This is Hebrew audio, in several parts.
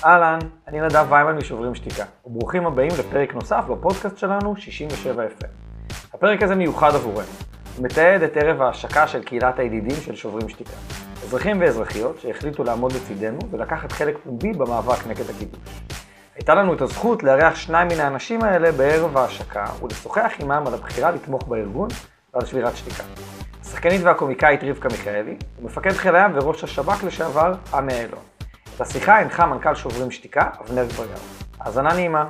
אהלן, אני נדב ויימן משוברים שתיקה, וברוכים הבאים לפרק נוסף בפודקאסט שלנו 67 FM. הפרק הזה מיוחד עבורנו, הוא מתעד את ערב ההשקה של קהילת הידידים של שוברים שתיקה. אזרחים ואזרחיות שהחליטו לעמוד לצידנו ולקחת חלק פומבי במאבק נגד הגידול. הייתה לנו את הזכות לארח שניים מן האנשים האלה בערב ההשקה ולשוחח עמם על הבחירה לתמוך בארגון ועל שבירת שתיקה. השחקנית והקומיקאית רבקה מיכאלי, ומפקד חיל הים וראש השב"כ לשעבר עמי אילון. את השיחה הנחה מנכ"ל שוברים שתיקה, אבנר בריאו. האזנה נעימה.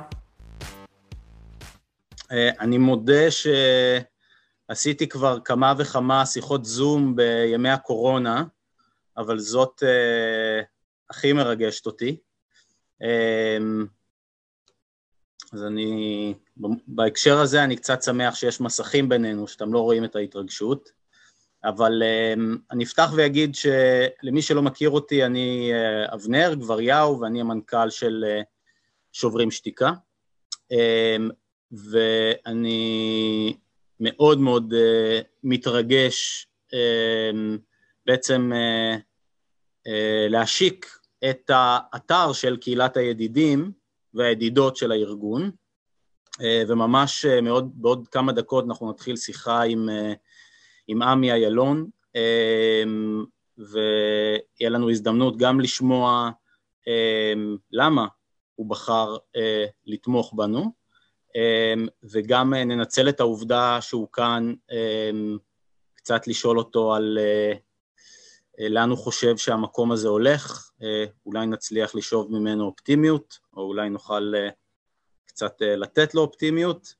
אני מודה שעשיתי כבר כמה וכמה שיחות זום בימי הקורונה, אבל זאת הכי מרגשת אותי. אז בהקשר הזה אני קצת שמח שיש מסכים בינינו, שאתם לא רואים את ההתרגשות. אבל אני אפתח ואגיד שלמי שלא מכיר אותי, אני אבנר בריאו, ואני המנכ"ל של שוברים שתיקה, ואני מאוד מאוד מתרגש בעצם להשיק את האתר של קהילת הידידים והידידות של הארגון, וממש בעוד כמה דקות אנחנו נתחיל שיחה עם עמי אילון, ויהיה לנו הזדמנות גם לשמוע למה הוא בחר לתמוך בנו, וגם ננצל את העובדה שהוא כאן, קצת לשאול אותו על לאן הוא חושב שהמקום הזה הולך, אולי נצליח לשאוב ממנו אופטימיות, או אולי נוכל קצת לתת לו אופטימיות,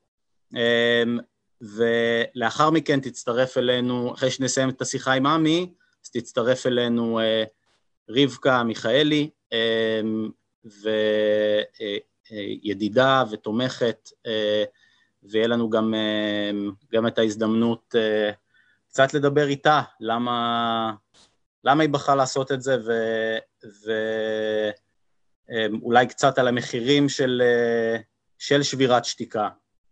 ולאחר מכן תצטרף אלינו, אחרי שנסיים את השיחה עם עמי, אז תצטרף אלינו רבקה מיכאלי, וידידה ותומכת, ויהיה לנו גם את ההזדמנות קצת לדבר איתה, למה היא בחרה לעשות את זה, ואולי קצת על המחירים של שבירת שתיקה.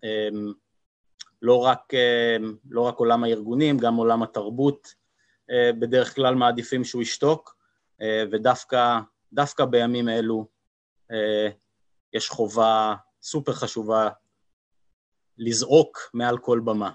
לא רק עולם הארגונים, גם עולם התרבות, בדרך כלל מעדיפים שהוא ישתוק, ודווקא בימים אלו יש חובה סופר חשובה לזעוק מעל כל במה.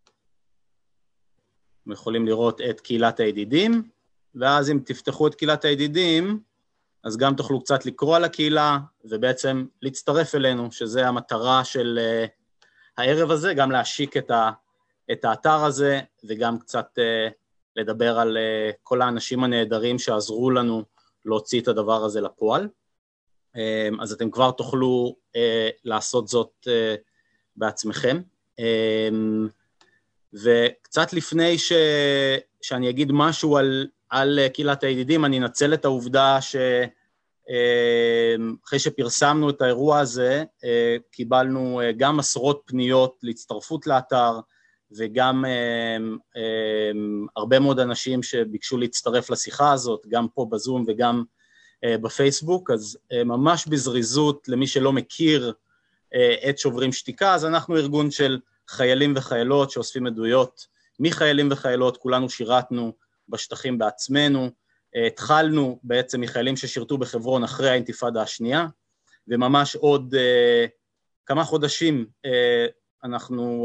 אתם יכולים לראות את קהילת הידידים, ואז אם תפתחו את קהילת הידידים, אז גם תוכלו קצת לקרוא על הקהילה, ובעצם להצטרף אלינו, שזה המטרה של הערב הזה, גם להשיק את האתר הזה, וגם קצת לדבר על כל האנשים הנהדרים שעזרו לנו להוציא את הדבר הזה לפועל. אז אתם כבר תוכלו לעשות זאת בעצמכם. וקצת לפני שאני אגיד משהו על קהילת הידידים, אני אנצל את העובדה אחרי שפרסמנו את האירוע הזה, קיבלנו גם עשרות פניות להצטרפות לאתר, וגם הרבה מאוד אנשים שביקשו להצטרף לשיחה הזאת, גם פה בזום וגם בפייסבוק, אז ממש בזריזות למי שלא מכיר את שוברים שתיקה, אז אנחנו ארגון של חיילים וחיילות שאוספים עדויות מחיילים וחיילות, כולנו שירתנו בשטחים בעצמנו, התחלנו בעצם מחיילים ששירתו בחברון אחרי האינתיפאדה השנייה, וממש עוד כמה חודשים אנחנו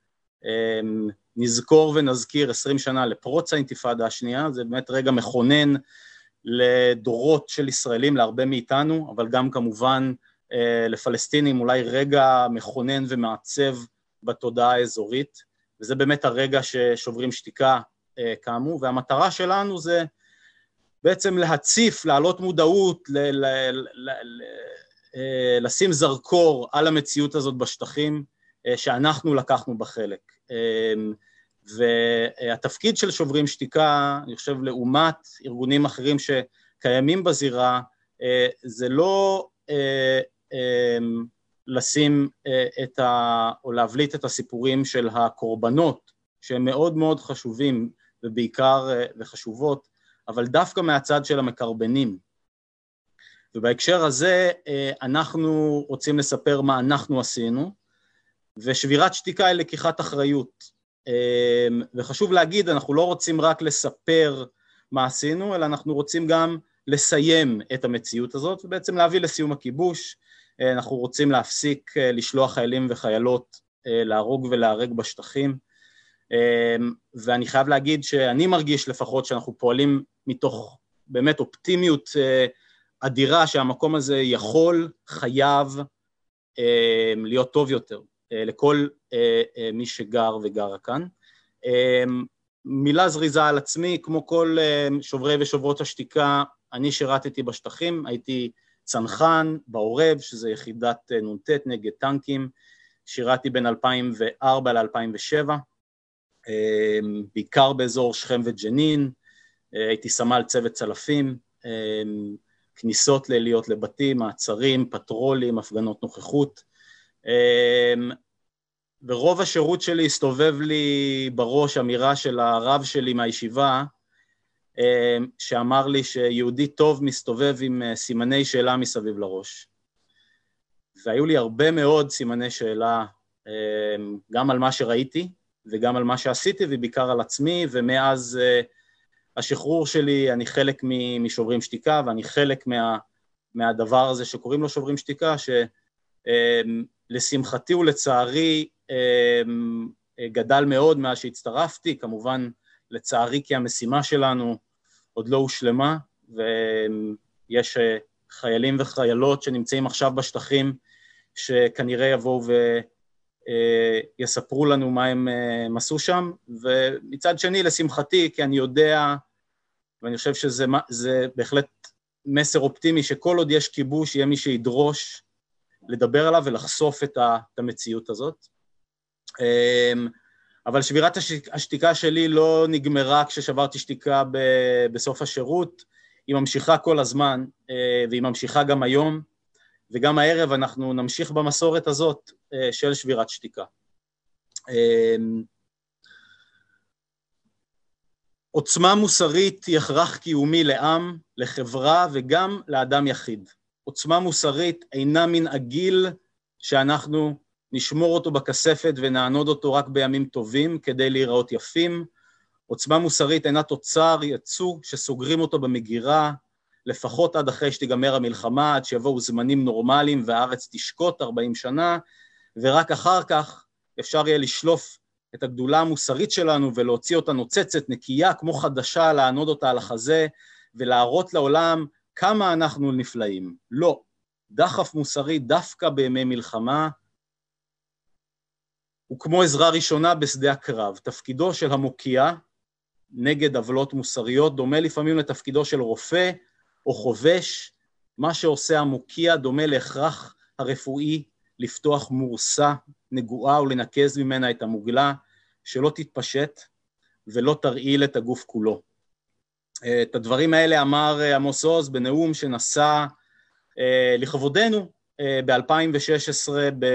נזכור ונזכיר 20 שנה לפרוץ האינתיפאדה השנייה, זה באמת רגע מכונן לדורות של ישראלים, להרבה מאיתנו, אבל גם כמובן לפלסטינים, אולי רגע מכונן ומעצב בתודעה האזורית, וזה באמת הרגע ששוברים שתיקה קמו, והמטרה שלנו זה בעצם להציף, להעלות מודעות, לשים זרקור על המציאות הזאת בשטחים שאנחנו לקחנו בחלק. והתפקיד של שוברים שתיקה, אני חושב לעומת ארגונים אחרים שקיימים בזירה, זה לא לשים או להבליט את הסיפורים של הקורבנות, שהם מאוד מאוד חשובים ובעיקר וחשובות, אבל דווקא מהצד של המקרבנים. ובהקשר הזה אנחנו רוצים לספר מה אנחנו עשינו, ושבירת שתיקה היא לקיחת אחריות. וחשוב להגיד, אנחנו לא רוצים רק לספר מה עשינו, אלא אנחנו רוצים גם לסיים את המציאות הזאת, ובעצם להביא לסיום הכיבוש. אנחנו רוצים להפסיק לשלוח חיילים וחיילות להרוג ולהרג בשטחים, ואני חייב להגיד שאני מרגיש לפחות שאנחנו פועלים מתוך באמת אופטימיות אדירה, שהמקום הזה יכול, חייב להיות טוב יותר לכל מי שגר וגרה כאן. מילה זריזה על עצמי, כמו כל שוברי ושוברות השתיקה, אני שירתתי בשטחים, הייתי צנחן בעורב, שזה יחידת נ"ט נגד טנקים, שירתי בין 2004 ל-2007, בעיקר באזור שכם וג'נין, הייתי סמל צוות צלפים, כניסות ליליות לבתים, מעצרים, פטרולים, הפגנות נוכחות, ורוב השירות שלי הסתובב לי בראש אמירה של הרב שלי מהישיבה, שאמר לי שיהודי טוב מסתובב עם סימני שאלה מסביב לראש. והיו לי הרבה מאוד סימני שאלה, גם על מה שראיתי וגם על מה שעשיתי, ובעיקר על עצמי, ומאז השחרור שלי אני חלק משוברים שתיקה, ואני חלק מהדבר הזה שקוראים לו שוברים שתיקה, שלשמחתי ולצערי גדל מאוד מאז שהצטרפתי, כמובן לצערי כי המשימה שלנו עוד לא הושלמה, ויש חיילים וחיילות שנמצאים עכשיו בשטחים, שכנראה יבואו ויספרו לנו מה הם עשו שם, ומצד שני לשמחתי, כי אני יודע, ואני חושב שזה בהחלט מסר אופטימי, שכל עוד יש כיבוש, יהיה מי שידרוש לדבר עליו ולחשוף את המציאות הזאת. אבל שבירת השתיקה שלי לא נגמרה כששברתי שתיקה בסוף השירות, היא ממשיכה כל הזמן, והיא ממשיכה גם היום, וגם הערב אנחנו נמשיך במסורת הזאת של שבירת שתיקה. עוצמה מוסרית היא הכרח קיומי לעם, לחברה וגם לאדם יחיד. עוצמה מוסרית אינה מן עגיל שאנחנו נשמור אותו בכספת ונענוד אותו רק בימים טובים כדי להיראות יפים. עוצמה מוסרית אינה תוצר יצוא שסוגרים אותו במגירה, לפחות עד אחרי שתיגמר המלחמה, עד שיבואו זמנים נורמליים והארץ תשקוט 40 שנה, ורק אחר כך אפשר יהיה לשלוף את הגדולה המוסרית שלנו ולהוציא אותה נוצצת, נקייה, כמו חדשה, לענוד אותה על החזה ולהראות לעולם כמה אנחנו נפלאים. לא, דחף מוסרי דווקא בימי מלחמה, הוא כמו עזרה ראשונה בשדה הקרב. תפקידו של המוקיע נגד עוולות מוסריות דומה לפעמים לתפקידו של רופא או חובש. מה שעושה המוקיע דומה להכרח הרפואי לפתוח מורסה נגועה ולנקז ממנה את המוגלה, שלא תתפשט ולא תרעיל את הגוף כולו. את הדברים האלה אמר עמוס עוז בנאום שנשא לכבודנו ב-2016,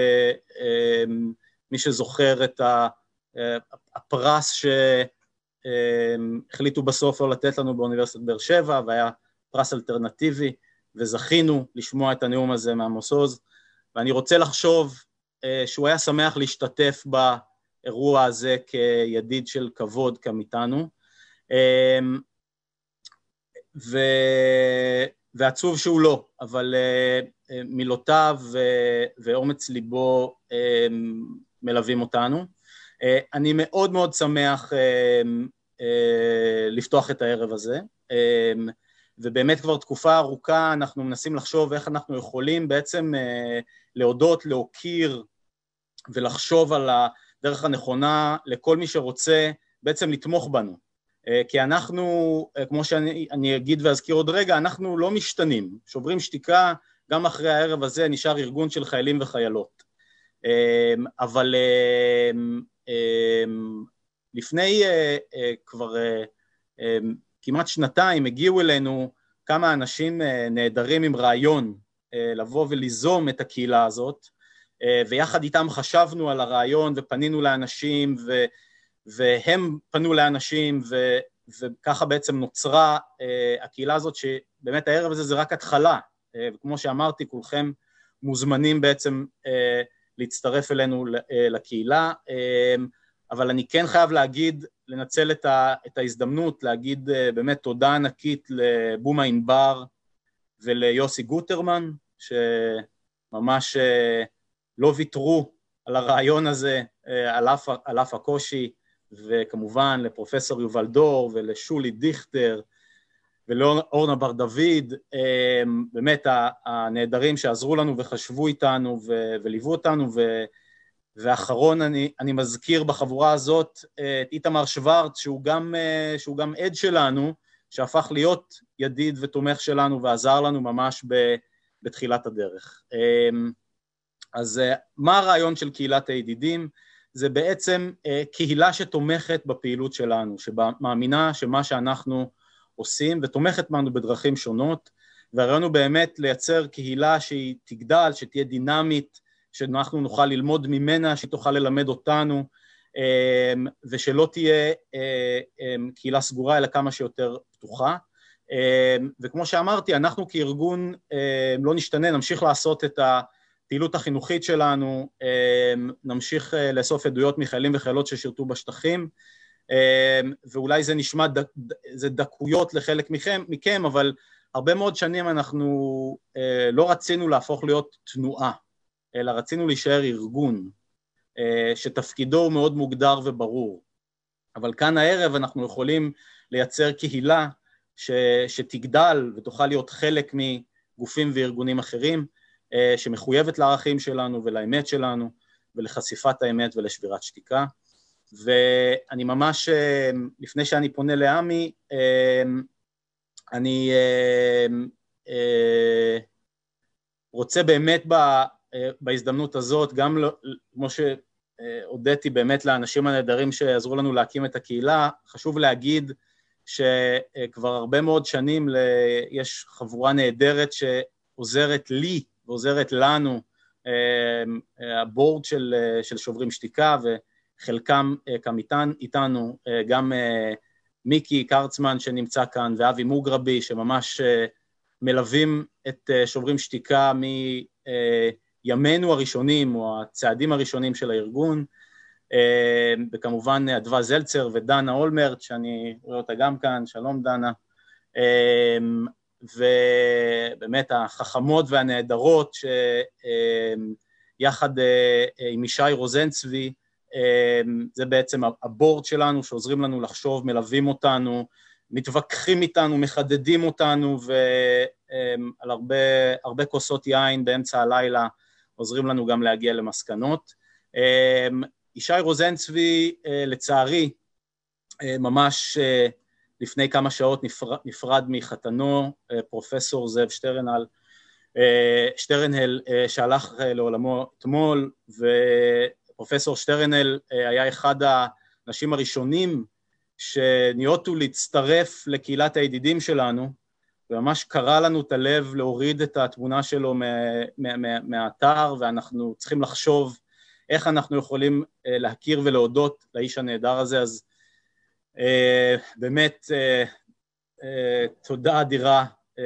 מי שזוכר את הפרס שהחליטו בסוף לא לתת לנו באוניברסיטת באר שבע, והיה פרס אלטרנטיבי, וזכינו לשמוע את הנאום הזה מעמוס עוז, ואני רוצה לחשוב שהוא היה שמח להשתתף באירוע הזה כידיד של כבוד כאן איתנו, ועצוב שהוא לא, אבל מילותיו ואומץ ליבו מלווים אותנו. אני מאוד מאוד שמח לפתוח את הערב הזה, ובאמת כבר תקופה ארוכה אנחנו מנסים לחשוב איך אנחנו יכולים בעצם להודות, להוקיר ולחשוב על הדרך הנכונה לכל מי שרוצה בעצם לתמוך בנו. כי אנחנו, כמו שאני אגיד ואזכיר עוד רגע, אנחנו לא משתנים. שוברים שתיקה, גם אחרי הערב הזה נשאר ארגון של חיילים וחיילות. אבל לפני כבר כמעט שנתיים הגיעו אלינו כמה אנשים נהדרים עם רעיון לבוא וליזום את הקהילה הזאת, ויחד איתם חשבנו על הרעיון ופנינו לאנשים, והם פנו לאנשים, וככה בעצם נוצרה הקהילה הזאת, שבאמת הערב הזה זה רק התחלה, וכמו שאמרתי, כולכם מוזמנים בעצם להצטרף אלינו לקהילה. אבל אני כן חייב לנצל את ההזדמנות, להגיד באמת תודה ענקית לבומה ענבר וליוסי גוטרמן, שממש לא ויתרו על הרעיון הזה, על אף הקושי, וכמובן לפרופסור יובל דור ולשולי דיכטר ולאורנה בר דוד, באמת הנהדרים שעזרו לנו וחשבו איתנו וליוו אותנו, ואחרון אני מזכיר בחבורה הזאת את איתמר שוורץ, שהוא גם עד שלנו, שהפך להיות ידיד ותומך שלנו ועזר לנו ממש בתחילת הדרך. אז מה הרעיון של קהילת הידידים? זה בעצם קהילה שתומכת בפעילות שלנו, שמאמינה שמה שאנחנו עושים ותומכת בנו בדרכים שונות, והרעיון הוא באמת לייצר קהילה שהיא תגדל, שתהיה דינמית, שאנחנו נוכל ללמוד ממנה, שהיא תוכל ללמד אותנו, ושלא תהיה קהילה סגורה, אלא כמה שיותר פתוחה. וכמו שאמרתי, אנחנו כארגון לא נשתנה, נמשיך לעשות את הפעילות החינוכית שלנו, נמשיך לאסוף עדויות מחיילים וחיילות ששירתו בשטחים, ואולי זה נשמע, זה דקויות לחלק מכם, אבל הרבה מאוד שנים אנחנו לא רצינו להפוך להיות תנועה, אלא רצינו להישאר ארגון, שתפקידו הוא מאוד מוגדר וברור. אבל כאן הערב אנחנו יכולים לייצר קהילה שתגדל ותוכל להיות חלק מגופים וארגונים אחרים, שמחויבת לערכים שלנו ולאמת שלנו, ולחשיפת האמת ולשבירת שתיקה. ואני ממש, לפני שאני פונה לעמי, אני רוצה באמת בהזדמנות הזאת, גם כמו שהודיתי באמת לאנשים הנהדרים שעזרו לנו להקים את הקהילה, חשוב להגיד שכבר הרבה מאוד שנים יש חבורה נהדרת שעוזרת לי ועוזרת לנו, הבורד של שוברים שתיקה, וחלקם כאן איתנו, גם מיקי קרצמן שנמצא כאן, ואבי מוגרבי שממש מלווים את שוברים שתיקה מימינו הראשונים, או הצעדים הראשונים של הארגון, וכמובן אדווה זלצר ודנה אולמרט, שאני רואה אותה גם כאן, שלום דנה, ובאמת החכמות והנהדרות, שיחד עם ישי רוזנצבי, זה בעצם הבורד שלנו, שעוזרים לנו לחשוב, מלווים אותנו, מתווכחים איתנו, מחדדים אותנו, ועל הרבה כוסות יין באמצע הלילה, עוזרים לנו גם להגיע למסקנות. ישי רוזנצבי, לצערי, ממש לפני כמה שעות נפרד מחתנו, פרופסור זאב שטרנהל, שהלך לעולמו אתמול, ופרופסור שטרנהל היה אחד האנשים הראשונים שניאותו להצטרף לקהילת הידידים שלנו, וממש קרא לנו את הלב להוריד את התמונה שלו מהאתר, ואנחנו צריכים לחשוב איך אנחנו יכולים להכיר ולהודות לאיש הנהדר הזה. אז באמת תודה אדירה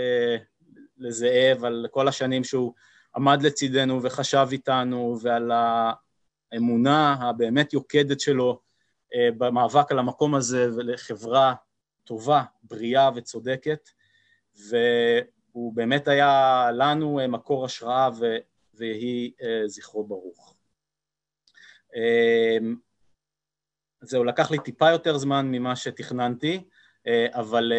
לזאב על כל השנים שהוא עמד לצידנו וחשב איתנו, ועל האמונה הבאמת יוקדת שלו במאבק על המקום הזה ולחברה טובה, בריאה וצודקת, והוא באמת היה לנו מקור השראה, והיא זכרו ברוך. זהו, לקח לי טיפה יותר זמן ממה שתכננתי, אבל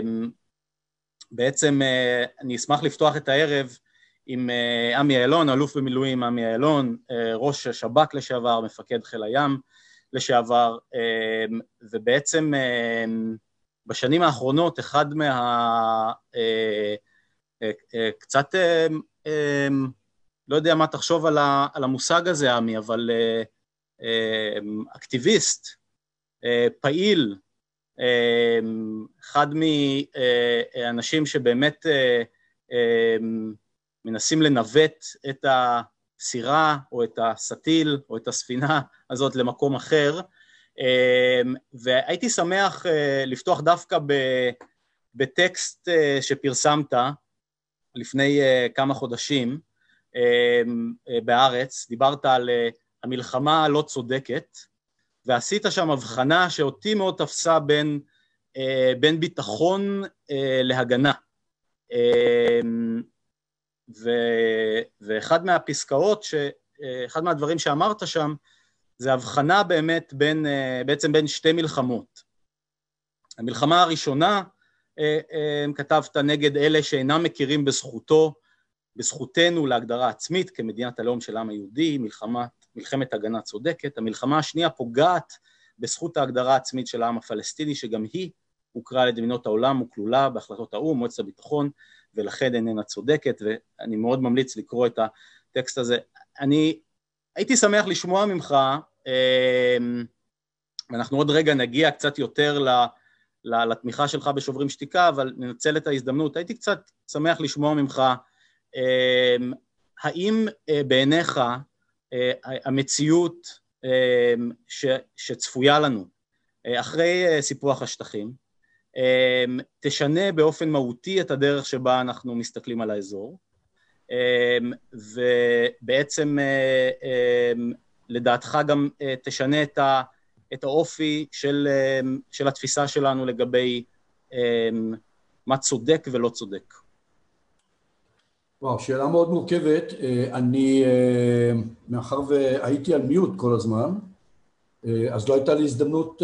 בעצם אני אשמח לפתוח את הערב עם עמי אילון, אלוף במילואים עמי אילון, ראש שב"כ לשעבר, מפקד חיל הים לשעבר, ובעצם בשנים האחרונות אחד קצת, לא יודע מה תחשוב על המושג הזה עמי, אבל אקטיביסט, פעיל, אחד מאנשים שבאמת מנסים לנווט את הסירה או את הסטיל או את הספינה הזאת למקום אחר, והייתי שמח לפתוח דווקא בטקסט שפרסמת לפני כמה חודשים בארץ. דיברת על המלחמה הלא צודקת, ועשית שם הבחנה שאותי מאוד תפסה בין ביטחון להגנה. ואחד מהפסקאות, אחד מהדברים שאמרת שם, זה הבחנה באמת בעצם בין שתי מלחמות. המלחמה הראשונה, כתבת נגד אלה שאינם מכירים בזכותנו להגדרה עצמית כמדינת הלאום של העם היהודי, מלחמת הגנה צודקת. המלחמה השנייה פוגעת בזכות ההגדרה העצמית של העם הפלסטיני, שגם היא הוכרה על ידי מדינות העולם וכלולה בהחלטות האו"ם, מועצת הביטחון, ולכן איננה צודקת, ואני מאוד ממליץ לקרוא את הטקסט הזה. אני הייתי שמח לשמוע ממך, ואנחנו עוד רגע נגיע קצת יותר לתמיכה שלך בשוברים שתיקה, אבל ננצל את ההזדמנות. הייתי קצת שמח לשמוע ממך, האם בעיניך המציאות שצפויה לנו אחרי סיפוח השטחים, תשנה באופן מהותי את הדרך שבה אנחנו מסתכלים על האזור, ובעצם לדעתך גם תשנה את האופי של התפיסה שלנו לגבי מה צודק ולא צודק. וואו, שאלה מאוד מורכבת. אני, מאחר והייתי על מיוט כל הזמן, אז לא הייתה לי הזדמנות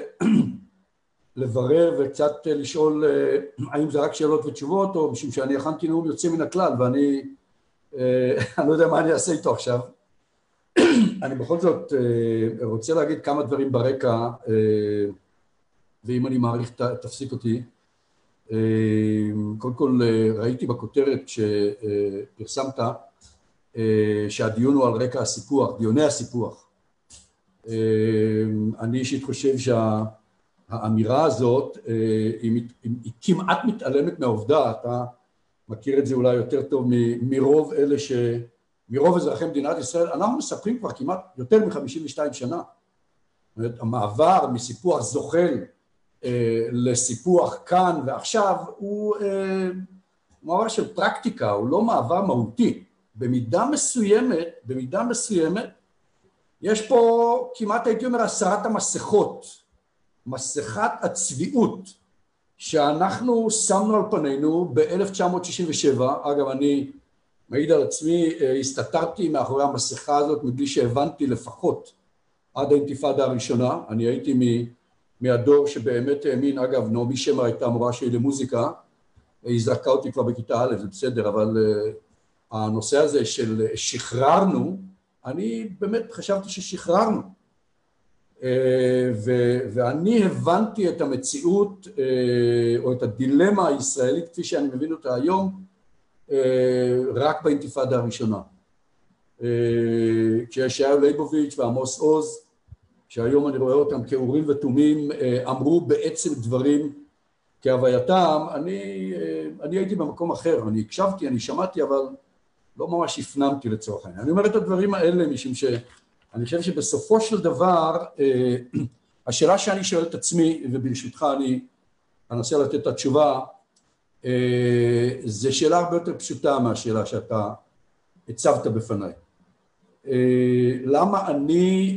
לברר וקצת לשאול האם זה רק שאלות ותשובות, או משום שאני הכנתי נאום יוצא מן הכלל, ואני אני לא יודע מה אני אעשה איתו עכשיו. אני בכל זאת רוצה להגיד כמה דברים ברקע, ואם אני מעריך תפסיק אותי. קודם כל ראיתי בכותרת שפרסמת שהדיון הוא על רקע הסיפוח, דיוני הסיפוח. אני אישית חושב שהאמירה הזאת היא כמעט מתעלמת מהעובדה, אתה מכיר את זה אולי יותר טוב מרוב אזרחי מדינת ישראל, אנחנו מספרים כבר כמעט יותר מ-52 שנה. המעבר מסיפוח זוחל לסיפוח כאן ועכשיו הוא מעבר של פרקטיקה, הוא לא מעבר מהותי. במידה מסוימת, יש פה כמעט הייתי אומר הסרת המסכות, מסכת הצביעות שאנחנו שמנו על פנינו ב-1967, אגב אני מעיד על עצמי, הסתתרתי מאחורי המסכה הזאת מבלי שהבנתי לפחות עד האינתיפאדה הראשונה, אני הייתי מהדור שבאמת האמין, אגב נעמי שמר הייתה המורה שלי למוזיקה, היא זרקה אותי כבר בכיתה א', זה בסדר, אבל הנושא הזה של שחררנו, אני באמת חשבתי ששחררנו, ואני הבנתי את המציאות או את הדילמה הישראלית כפי שאני מבין אותה היום, רק באינתיפאדה הראשונה. כשישעיהו ליבוביץ' ועמוס עוז, שהיום אני רואה אותם כאורים ותומים, אמרו בעצם דברים כהווייתם, אני הייתי במקום אחר, אני הקשבתי, אני שמעתי, אבל לא ממש הפנמתי לצורך העניין. אני אומר את הדברים האלה משום שאני חושב שבסופו של דבר, השאלה שאני שואל את עצמי, וברשותך אני אנסה לתת את התשובה, זה שאלה הרבה יותר פשוטה מהשאלה שאתה הצבת בפניי. למה אני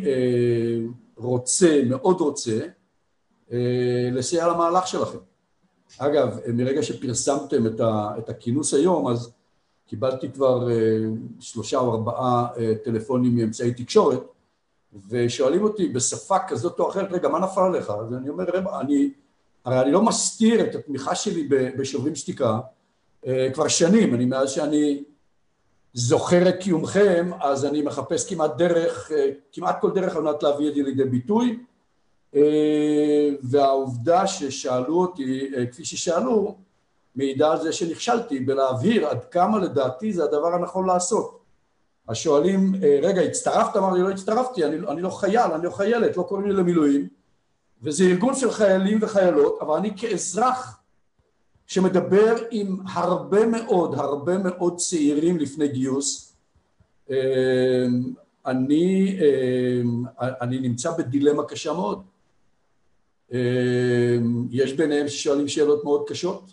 מאוד רוצה לסייע למהלך שלכם? אגב, מרגע שפרסמתם את הכינוס היום, אז קיבלתי כבר 3 או 4 טלפונים מאמצעי תקשורת, ושואלים אותי בשפה כזאת או אחרת, רגע, מה נפל עליך? אז אני אומר, הרי אני לא מסתיר את התמיכה שלי בשוברים שתיקה כבר שנים, מאז שאני זוכר את קיומכם, אז אני מחפש כמעט כל דרך על מנת להביא את זה לידי ביטוי, והעובדה ששאלו אותי, כפי ששאלו, מעידה על זה שנכשלתי בלהבהיר עד כמה לדעתי זה הדבר הנכון לעשות. השואלים, רגע, הצטרפת? אמר לי, לא הצטרפתי, אני לא חייל, אני לא חיילת, לא קוראים לי למילואים, וזה ארגון של חיילים וחיילות, אבל אני כאזרח שמדבר עם הרבה מאוד צעירים לפני גיוס, אני נמצא בדילמה קשה מאוד. יש ביניהם ששואלים שאלות מאוד קשות,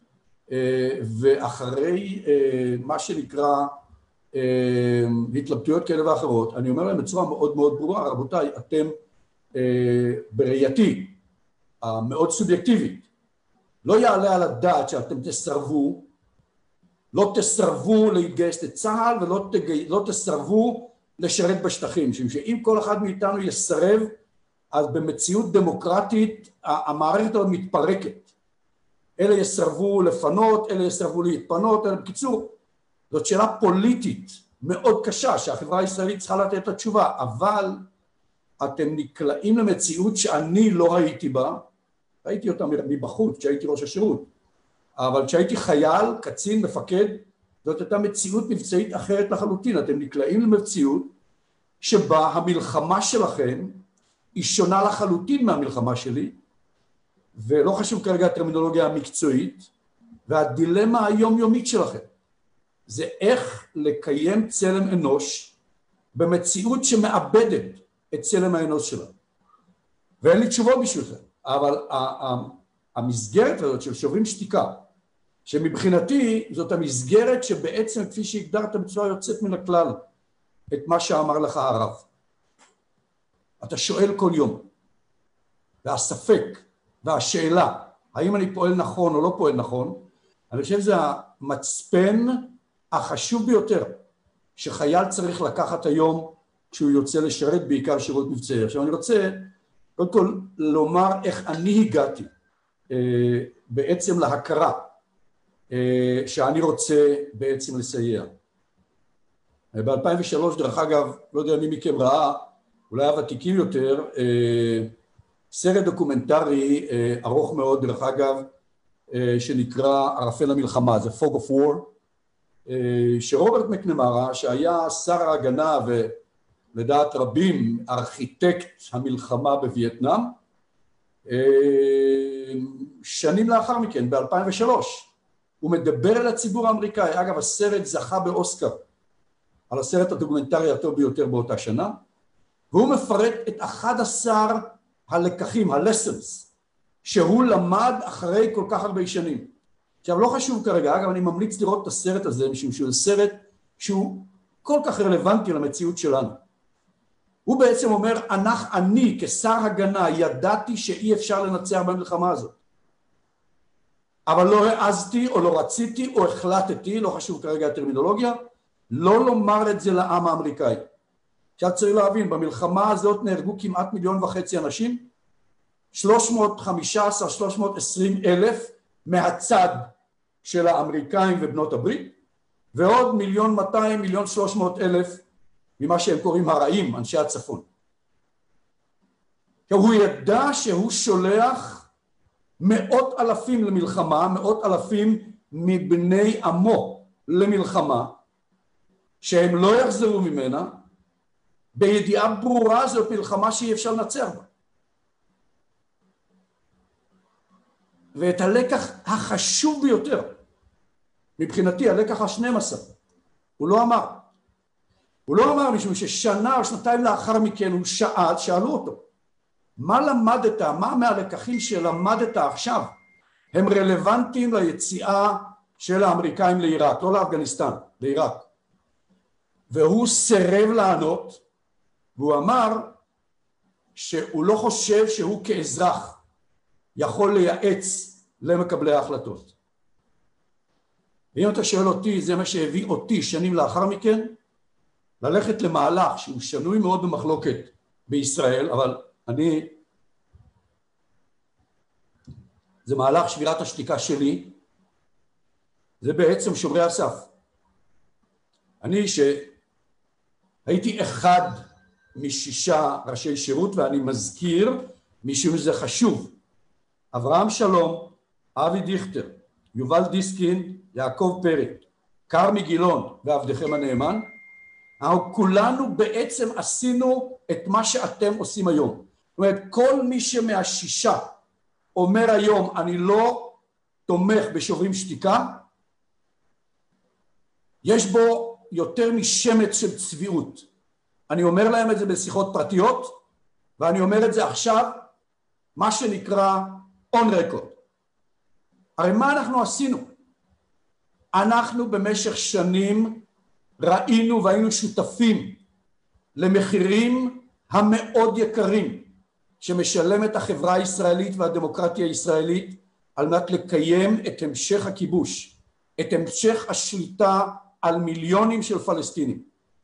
ואחרי מה שנקרא התלבטויות כאלה ואחרות, אני אומר להם בצורה מאוד מאוד ברורה, רבותיי, אתם בראייתי, המאוד סובייקטיבית, לא יעלה על הדעת שאתם תסרבו, לא תסרבו להתגייס לצה"ל ולא תסרבו לשרת בשטחים, שאם כל אחד מאיתנו יסרב, אז במציאות דמוקרטית המערכת עוד מתפרקת. אלה יסרבו לפנות, אלה יסרבו להתפנות, בקיצור, זאת שאלה פוליטית מאוד קשה שהחברה הישראלית צריכה לתת את התשובה, אבל אתם נקלעים למציאות שאני לא ראיתי בה, ראיתי אותה מבחוץ כשהייתי ראש השירות, אבל כשהייתי חייל, קצין, מפקד, זאת הייתה מציאות מבצעית אחרת לחלוטין. אתם נקלעים למציאות שבה המלחמה שלכם היא שונה לחלוטין מהמלחמה שלי, ולא חשוב כרגע הטרמינולוגיה המקצועית, והדילמה היומיומית שלכם זה איך לקיים צלם אנוש במציאות שמאבדת את צלם האנוש שלנו. ואין לי תשובות בשביל זה, אבל המסגרת הזאת של שוברים שתיקה, שמבחינתי זאת המסגרת שבעצם כפי שהגדרת בצורה יוצאת מן הכלל את מה שאמר לך הרב. אתה שואל כל יום, והספק והשאלה, האם אני פועל נכון או לא פועל נכון, אני חושב שזה המצפן החשוב ביותר שחייל צריך לקחת היום כשהוא יוצא לשרת, בעיקר שירות מבצעי. עכשיו אני רוצה קודם כל לומר איך אני הגעתי בעצם להכרה שאני רוצה בעצם לסייע. ב-2003 דרך אגב, לא יודע מי מכם ראה, אולי הוותיקים יותר, סרט דוקומנטרי ארוך מאוד דרך אגב, שנקרא ערפל המלחמה, זה Fog of War, שרוברט מקנמרה שהיה שר ההגנה ולדעת רבים ארכיטקט המלחמה בווייטנאם, שנים לאחר מכן ב-2003 הוא מדבר אל הציבור האמריקאי. אגב הסרט זכה באוסקר על הסרט הדוקומנטרי הטוב ביותר באותה שנה, והוא מפרט את 11 הלקחים, ה-lessons, שהוא למד אחרי כל כך הרבה שנים. עכשיו לא חשוב כרגע, אגב אני ממליץ לראות את הסרט הזה, משום שהוא סרט שהוא כל כך רלוונטי למציאות שלנו. הוא בעצם אומר, אני כשר הגנה ידעתי שאי אפשר לנצח במלחמה הזאת. אבל לא העזתי או לא רציתי או החלטתי, לא חשוב כרגע הטרמינולוגיה, לא לומר את זה לעם האמריקאי. עכשיו צריך להבין, במלחמה הזאת נהרגו כמעט 1.5 מיליון אנשים, 320 אלף מהצד של האמריקאים ובנות הברית, ועוד 1.2 מיליון, 1.3 ממה שהם קוראים הרעים, אנשי הצפון. הוא ידע שהוא שולח 100,000 למלחמה, 100,000 מבני עמו למלחמה, שהם לא יחזרו ממנה, בידיעה ברורה זאת מלחמה שאי אפשר לנצח בה. ואת הלקח החשוב ביותר, מבחינתי הלקח ה-12, הוא לא אמר. הוא לא אמר משום ששנה או שנתיים לאחר מכן הוא שאלו אותו, מה למדת, מה מהלקחים שלמדת עכשיו הם רלוונטיים ליציאה של האמריקאים לעיראק, לא לאפגניסטן, לעיראק. והוא סירב לענות, והוא אמר שהוא לא חושב שהוא כאזרח יכול לייעץ למקבלי ההחלטות. ואם אתה שואל אותי, זה מה שהביא אותי שנים לאחר מכן, ללכת למהלך שהוא שנוי מאוד במחלוקת בישראל, אבל זה מהלך שבירת השתיקה שלי, זה בעצם שומרי הסף. אני שהייתי אחד מ6 ראשי שירות, ואני מזכיר משום שזה חשוב, אברהם שלום, אבי דיכטר, יובל דיסקין, יעקב פרי, קרמי גילון ועבדכם הנאמן, אנחנו כולנו בעצם עשינו את מה שאתם עושים היום. זאת אומרת, כל מי מה6 אומר היום, אני לא תומך בשוברים שתיקה, יש בו יותר משמץ של צביעות. אני אומר להם את זה בשיחות פרטיות, ואני אומר את זה עכשיו, מה שנקרא on record. הרי מה אנחנו עשינו? אנחנו במשך שנים ראינו והיינו שותפים למחירים המאוד יקרים שמשלמת החברה הישראלית והדמוקרטיה הישראלית על מנת לקיים את המשך הכיבוש, את המשך השליטה על מיליונים של פלסטינים.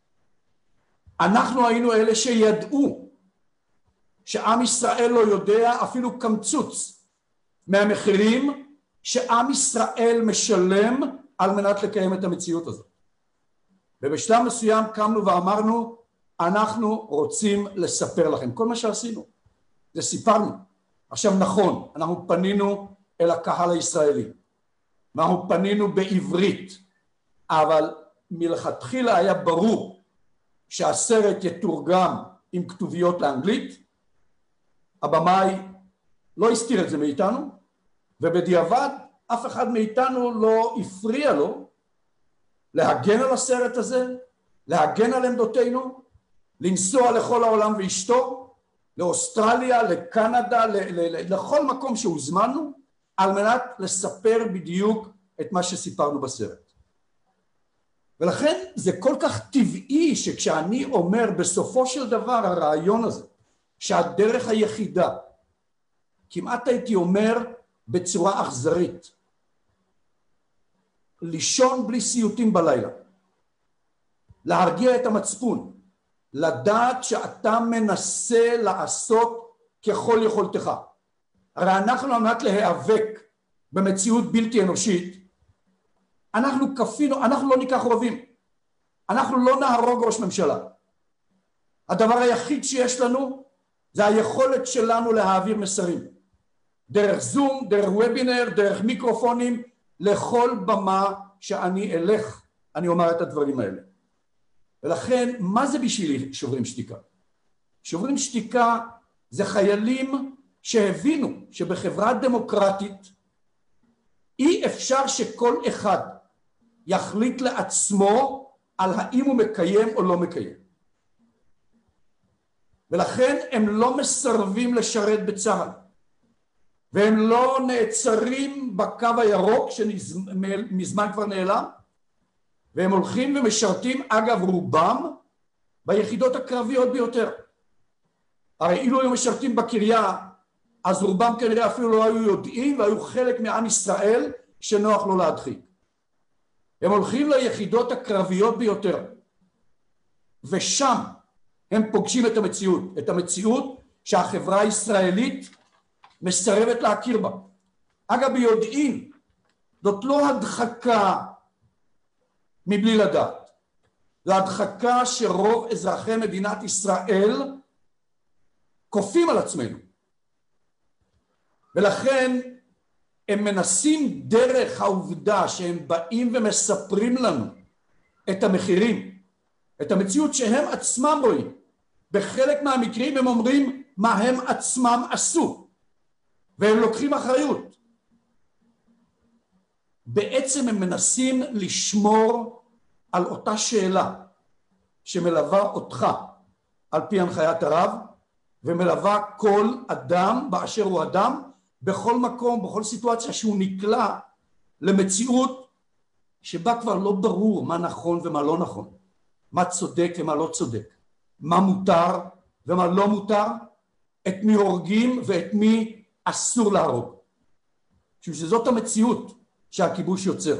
אנחנו היינו אלה שידעו שעם ישראל לא יודע אפילו קמצוץ מהמחירים שעם ישראל משלם על מנת לקיים את המציאות הזאת. ובשלב מסוים קמנו ואמרנו, אנחנו רוצים לספר לכם. כל מה שעשינו זה סיפרנו. עכשיו נכון, אנחנו פנינו אל הקהל הישראלי, אנחנו פנינו בעברית, אבל מלכתחילה היה ברור שהסרט יתורגם עם כתוביות לאנגלית. הבמאי לא הסתיר את זה מאיתנו, ובדיעבד אף אחד מאיתנו לא הפריע לו להגן על הסרט הזה, להגן על עמדותינו, לנסוע לכל העולם ואשתו, לאוסטרליה, לקנדה, לכל מקום שהוזמנו, על מנת לספר בדיוק את מה שסיפרנו בסרט. ולכן זה כל כך טבעי שכשאני אומר בסופו של דבר הרעיון הזה, שהדרך היחידה, כמעט הייתי אומר בצורה אכזרית, לישון בלי סיוטים בלילה, להרגיע את המצפון, לדעת שאתה מנסה לעשות ככל יכולתך. הרי אנחנו על מנת להיאבק במציאות בלתי אנושית, אנחנו כפינו, אנחנו לא ניקח רובים, אנחנו לא נהרוג ראש ממשלה. הדבר היחיד שיש לנו זה היכולת שלנו להעביר מסרים. דרך זום, דרך וובינר, דרך מיקרופונים, לכל במה שאני אלך, אני אומר את הדברים האלה. ולכן, מה זה בשבילי שוברים שתיקה? שוברים שתיקה זה חיילים שהבינו שבחברה דמוקרטית אי אפשר שכל אחד יחליט לעצמו על האם הוא מקיים או לא מקיים. ולכן הם לא מסרבים לשרת בצה"ל, והם לא נעצרים בקו הירוק שמזמן כבר נעלם, והם הולכים ומשרתים, אגב רובם, ביחידות הקרביות ביותר. הרי אילו היו משרתים בקריה, אז רובם כנראה אפילו לא היו יודעים, והיו חלק מעם ישראל שנוח לו להדחיק. הם הולכים ליחידות הקרביות ביותר, ושם הם פוגשים את המציאות שהחברה הישראלית מסרבת להכיר בה. אגב, ביודעין, זאת לא הדחקה מבלי לדעת. זו הדחקה שרוב אזרחי מדינת ישראל כופים על עצמנו. ולכן הם מנסים דרך העובדה שהם באים ומספרים לנו את המחירים, את המציאות שהם עצמם רואים. בחלק מהמקרים הם אומרים מה הם עצמם עשו, והם לוקחים אחריות. בעצם הם מנסים לשמור על אותה שאלה שמלווה אותך על פי הנחיית הרב, ומלווה כל אדם באשר הוא אדם, בכל מקום, בכל סיטואציה שהוא נקלע למציאות שבה כבר לא ברור מה נכון ומה לא נכון, מה צודק ומה לא צודק, מה מותר ומה לא מותר, את מי הורגים ואת מי אסור להרוג. שזאת המציאות שהכיבוש יוצר.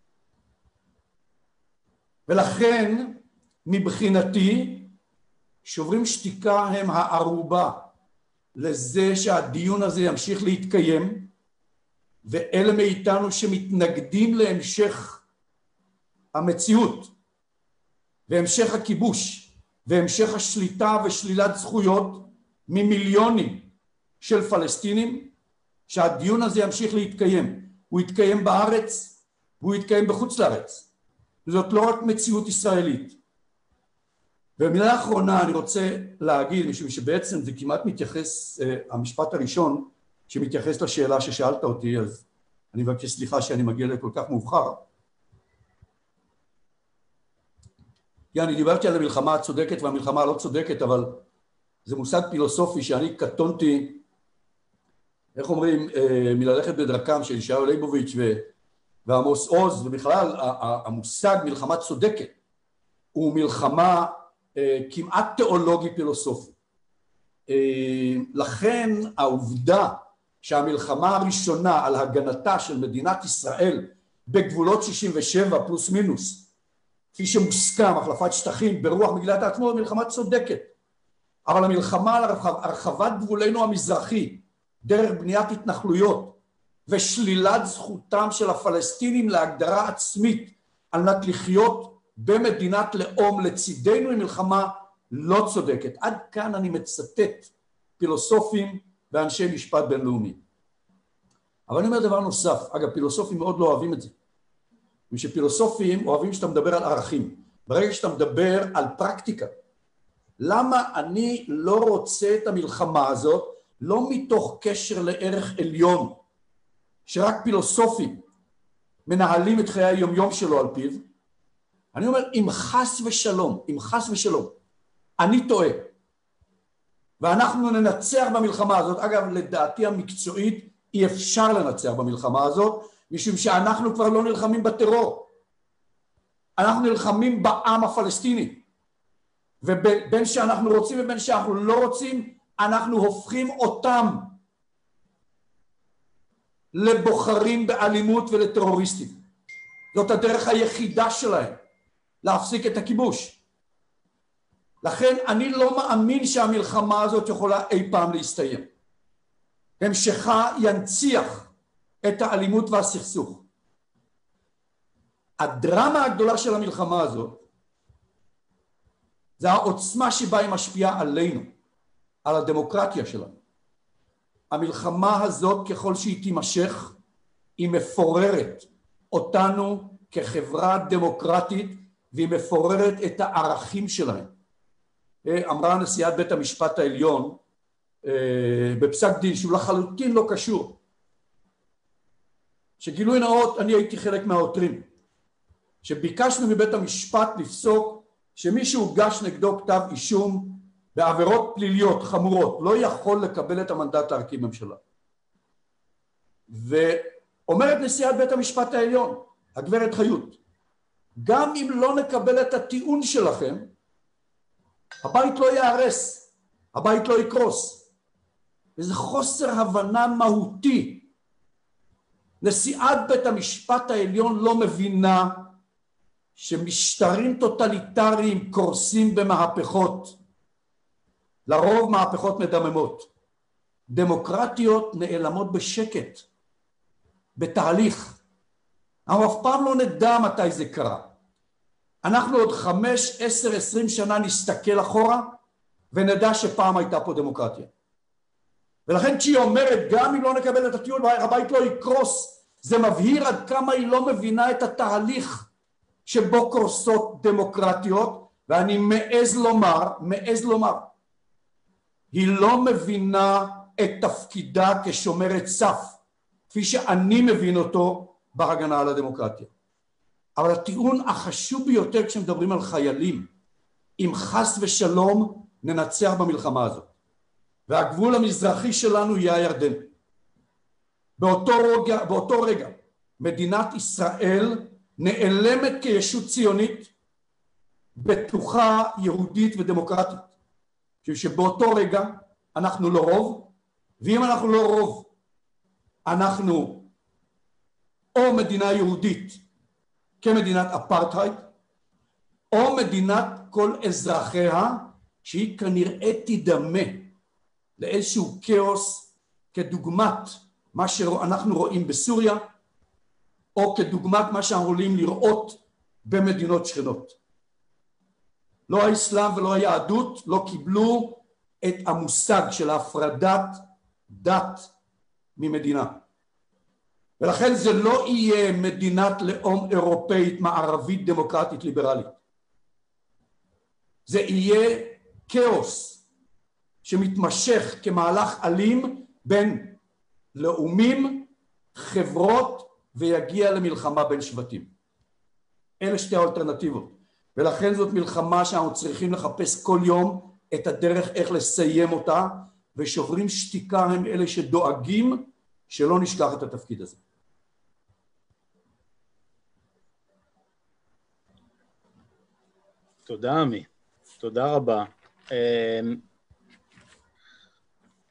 ולכן מבחינתי שוברים שתיקה הם הערובה לזה שהדיון הזה ימשיך להתקיים, ואלה מאיתנו שמתנגדים להמשך המציאות והמשך הכיבוש והמשך השליטה ושלילת זכויות ממיליונים של פלסטינים, שהדיון הזה ימשיך להתקיים. הוא יתקיים בארץ והוא יתקיים בחוץ לארץ. זאת לא רק מציאות ישראלית. במילה האחרונה אני רוצה להגיד, משום שבעצם זה כמעט מתייחס, המשפט הראשון שמתייחס לשאלה ששאלת אותי, אז אני מבקש סליחה שאני מגיע לכל כך מאוחר. אני דיברתי על המלחמה הצודקת והמלחמה הלא צודקת, אבל זה מושג פילוסופי שאני קטונתי, איך אומרים, מללכת בדרכם של ישעיהו ליבוביץ' ועמוס עוז, ובכלל המושג מלחמה צודקת הוא מלחמה כמעט תיאולוגי פילוסופי. לכן העובדה שהמלחמה הראשונה על הגנתה של מדינת ישראל בגבולות 67 פלוס מינוס, כפי שמוסכם, החלפת שטחים ברוח מגילת העצמאות, מלחמה צודקת. אבל המלחמה על הרחבת גבולנו המזרחי, דרך בניית התנחלויות ושלילת זכותם של הפלסטינים להגדרה עצמית על מנת לחיות במדינת לאום לצידנו, היא מלחמה לא צודקת. עד כאן אני מצטט פילוסופים ואנשי משפט בינלאומי. אבל אני אומר דבר נוסף, אגב, פילוסופים מאוד לא אוהבים את זה. שפילוסופים אוהבים שאתה מדבר על ערכים. ברגע שאתה מדבר על פרקטיקה, למה אני לא רוצה את המלחמה הזאת, לא מתוך קשר לערך עליון, שרק פילוסופים מנהלים את חיי היומיום שלו על פיו? אני אומר, אם חס ושלום, אני טועה, ואנחנו ננצח במלחמה הזאת, אגב, לדעתי המקצועית, אי אפשר לנצח במלחמה הזאת, משום שאנחנו כבר לא נלחמים בטרור, אנחנו נלחמים בעם הפלסטיני, ובין שאנחנו רוצים ובין שאנחנו לא רוצים, אנחנו הופכים אותם לבוחרים באלימות ולטרוריסטים. זאת הדרך היחידה שלהם להפסיק את הכיבוש. לכן אני לא מאמין שהמלחמה הזאת יכולה אי פעם להסתיים. המשכה ינציח את האלימות והסכסוך. הדרמה הגדולה של המלחמה הזאת זה העוצמה שבה היא משפיעה עלינו, על הדמוקרטיה שלנו. המלחמה הזאת, ככל שהיא תימשך, היא מפוררת אותנו כחברה דמוקרטית, והיא מפוררת את הערכים שלהם. אמרה נשיאת בית המשפט העליון בפסק דין שהוא לחלוטין לא קשור, שגילוי נאות, אני הייתי חלק מהעותרים, שביקשנו מבית המשפט לפסוק שמי שהוגש נגדו כתב אישום בעבירות פליליות חמורות לא יכול לקבל את המנדט להרכיב ממשלה. ואומרת נשיאת בית המשפט העליון, הגברת חיות, גם אם לא נקבל את הטיעון שלכם, הבית לא יהרס, הבית לא יקרוס. וזה חוסר הבנה מהותי. נשיאת בית המשפט העליון לא מבינה שמשטרים טוטליטריים קורסים במהפכות, לרוב מהפכות מדממות. דמוקרטיות נעלמות בשקט, בתהליך. אנחנו אף פעם לא נדע מתי זה קרה. אנחנו עוד 5, 10, 20 שנה נסתכל אחורה ונדע שפעם הייתה פה דמוקרטיה. ולכן כשהיא אומרת גם אם לא נקבל את הטיעון הבית לא יקרוס, זה מבהיר עד כמה היא לא מבינה את התהליך שבו קורסות דמוקרטיות, ואני מעז לומר, היא לא מבינה את תפקידה כשומרת סף, כפי שאני מבין אותו בהגנה על הדמוקרטיה. אבל הטיעון החשוב ביותר כשמדברים על חיילים, אם חס ושלום ננצח במלחמה הזאת, והגבול המזרחי שלנו יהיה הירדן. באותו רגע מדינת ישראל נעלמת כישות ציונית, בטוחה, יהודית ודמוקרטית. שבאותו רגע אנחנו לא רוב, ואם אנחנו לא רוב, אנחנו או מדינה יהודית כמדינת אפרטהייד, או מדינת כל אזרחיה, שהיא כנראה תדמה לאיזשהו כאוס כדוגמת מה שאנחנו רואים בסוריה, או כדוגמת מה שאנחנו יכולים לראות במדינות שכנות. לא האסלאם ולא היהדות לא קיבלו את המושג של הפרדת דת ממדינה. ולכן זה לא יהיה מדינת לאום אירופאית מערבית דמוקרטית ליברלית. זה יהיה כאוס שמתמשך כמהלך אלים בין לאומים, חברות, ויגיע למלחמה בין שבטים. אלה שתי האלטרנטיבות. ולכן זאת מלחמה שאנחנו צריכים לחפש כל יום את הדרך איך לסיים אותה, ושוברים שתיקה הם אלה שדואגים שלא נשכח את התפקיד הזה. תודה עמי, תודה רבה.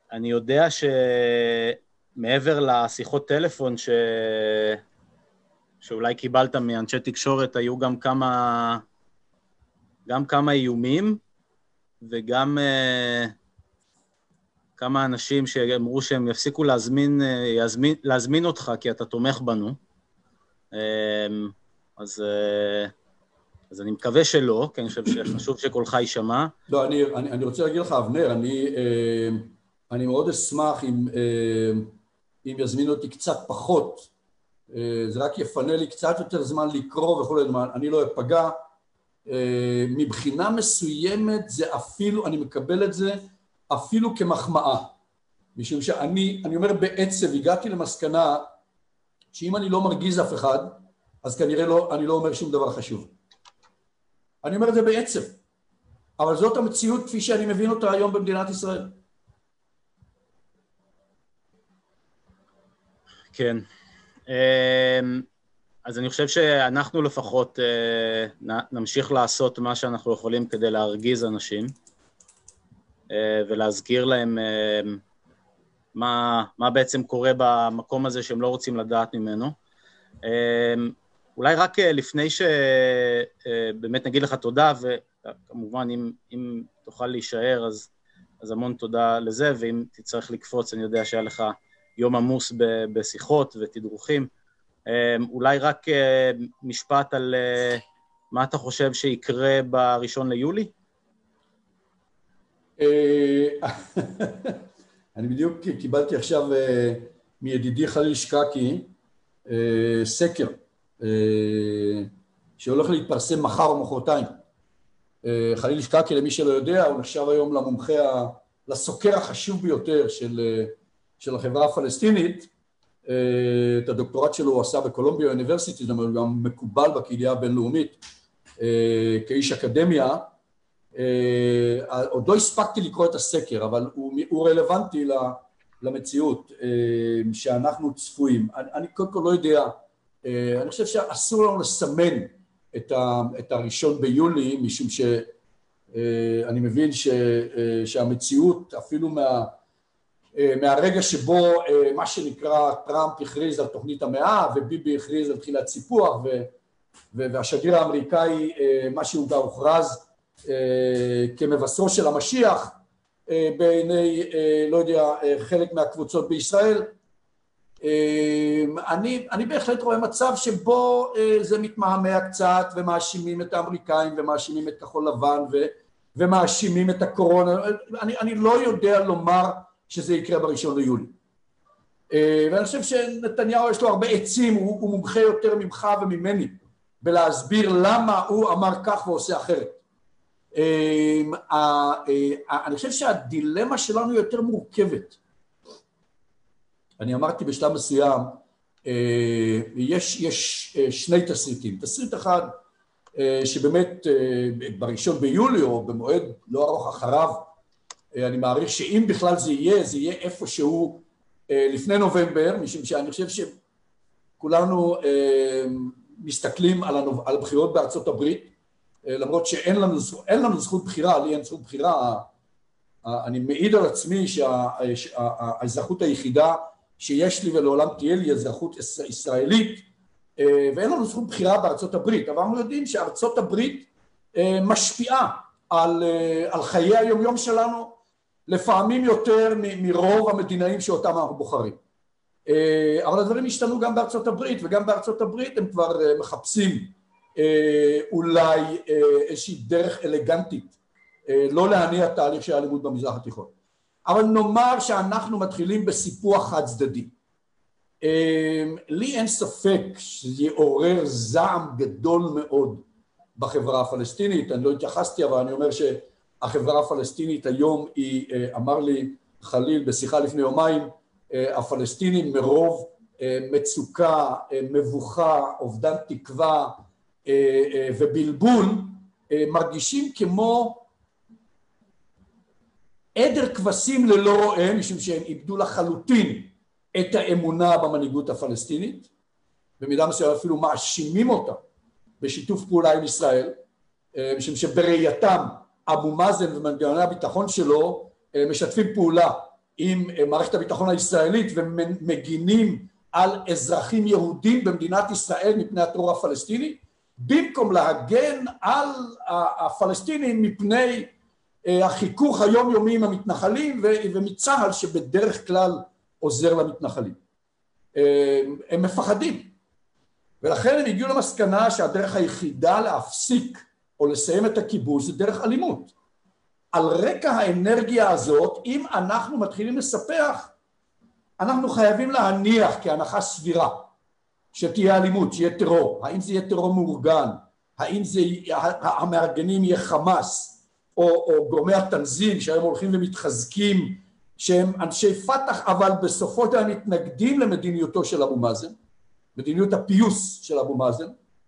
אני יודע שמעבר לשיחות טלפון שאולי קיבלת מאנשי תקשורת, היו גם כמה איומים, וגם כמה אנשים שאמרו שהם יפסיקו להזמין אותך, כי אתה תומך בנו. אז אני מקווה שלא, כי אני חושב שחשוב שקולך יישמע. לא, אני רוצה להגיד לך, אבנר, אני מאוד אשמח אם יזמינו אותי קצת פחות, זה רק יפנה לי קצת יותר זמן לקרוא וכו', אני לא אפגע. מבחינה מסוימת זה אפילו, אני מקבל את זה אפילו כמחמאה, משום שאני אומר בעצב, הגעתי למסקנה שאם אני לא מרגיז אף אחד, אז כנראה אני לא אומר שום דבר חשוב. אני אומר את זה בעצב, אבל זאת המציאות כפי שאני מבין אותה היום במדינת ישראל. כן. אז אני חושב שאנחנו לפחות נמשיך לעשות מה שאנחנו יכולים כדי להרגיז אנשים, ולהזכיר להם מה בעצם קורה במקום הזה שהם לא רוצים לדעת ממנו. אולי רק לפני שבאמת נגיד לך תודה, וכמובן אם תוכל להישאר אז המון תודה לזה, ואם תצטרך לקפוץ אני יודע שהיה לך יום עמוס בשיחות ותדרוכים. אולי רק משפט על מה אתה חושב שיקרה ב1 ליולי? אני בדיוק קיבלתי עכשיו מידידי חליל שקקי סקר שהולך להתפרסם מחר או מחרתיים. חליל שקקי, למי שלא יודע, הוא נחשב היום לסוקר החשוב ביותר של החברה הפלסטינית. את הדוקטורט שלו הוא עשה בקולומביה אוניברסיטי, זאת אומרת, הוא גם מקובל בקהילה הבינלאומית כאיש אקדמיה. עוד לא הספקתי לקרוא את הסקר, אבל הוא רלוונטי למציאות שאנחנו צפויים. אני קודם כל לא יודע, אני חושב שאסור לנו לסמן את ה1 ביולי, משום שאני מבין שהמציאות אפילו מהרגע שבו מה שנקרא טראמפ הכריז על תוכנית המאה וביבי הכריז על תחילת סיפוח והשגריר האמריקאי מה שהוא גם הוכרז כמבשרו של המשיח בעיני לא יודע חלק מהקבוצות בישראל. אני בהחלט רואה מצב שבו זה מתמהמה קצת ומאשימים את האמריקאים ומאשימים את כחול לבן ומאשימים את הקורונה. אני לא יודע לומר שזה יקרה ב1 ליולי. ואני חושב שנתניהו יש לו הרבה עצים, הוא מומחה יותר ממך וממני, בלהסביר למה הוא אמר כך ועושה אחרת. אני חושב שהדילמה שלנו יותר מורכבת. אני אמרתי בשלב מסוים, יש שני תסריטים. תסריט אחד, שבאמת ב1 ביולי או במועד לא ארוך אחריו, אני מעריך שאם בכלל זה יהיה איפשהו לפני נובמבר, משום שאני חושב שכולנו מסתכלים על הבחירות בארצות הברית, למרות שאין לנו זכות בחירה, לי אין זכות בחירה, אני מעיד על עצמי שהאזרחות היחידה שיש לי ולעולם תהיה לי אזרחות ישראלית, ואין לנו זכות בחירה בארצות הברית, אבל אנחנו יודעים שארצות הברית משפיעה על חיי היום-יום שלנו, לפעמים יותר מרוב המדינאים שאותם אנחנו בוחרים. אבל הדברים השתנו גם בארצות הברית, וגם בארצות הברית הם כבר מחפשים אולי איזושהי דרך אלגנטית, לא להניע תהליך של הלימוד במזרח התיכון. אבל נאמר שאנחנו מתחילים בסיפוח חד צדדי. לי אין ספק שזה יעורר זעם גדול מאוד בחברה הפלסטינית. אני לא התייחסתי, אבל אני אומר שהחברה הפלסטינית היום היא, אמר לי חליל בשיחה לפני יומיים, הפלסטינים מרוב מצוקה, מבוכה, אובדן תקווה ובלבול, מרגישים כמו עדר כבשים ללא רועה, משום שהם איבדו לחלוטין את האמונה במנהיגות הפלסטינית, במידה מסוימת אפילו מאשימים אותה בשיתוף פעולה עם ישראל, משום שבראייתם אבו מאזן ומנגנוני הביטחון שלו משתפים פעולה עם מערכת הביטחון הישראלית ומגינים על אזרחים יהודים במדינת ישראל מפני הטרור הפלסטיני, במקום להגן על הפלסטינים מפני החיכוך היומיומי עם המתנחלים ומצה"ל שבדרך כלל עוזר למתנחלים. הם מפחדים, ולכן הם הגיעו למסקנה שהדרך היחידה להפסיק או לסיים את הכיבוש זה דרך אלימות. על רקע האנרגיה הזאת, אם אנחנו מתחילים לספח, אנחנו חייבים להניח כהנחה סבירה שתהיה אלימות, שיהיה טרור. האם זה יהיה טרור מאורגן? האם זה המארגנים יהיה חמאס או גורמי התנזים שהיום הולכים ומתחזקים, שהם אנשי פתח אבל בסופו של דבר מתנגדים למדיניותו של אבו מאזן, מדיניות הפיוס של אבו מאזן.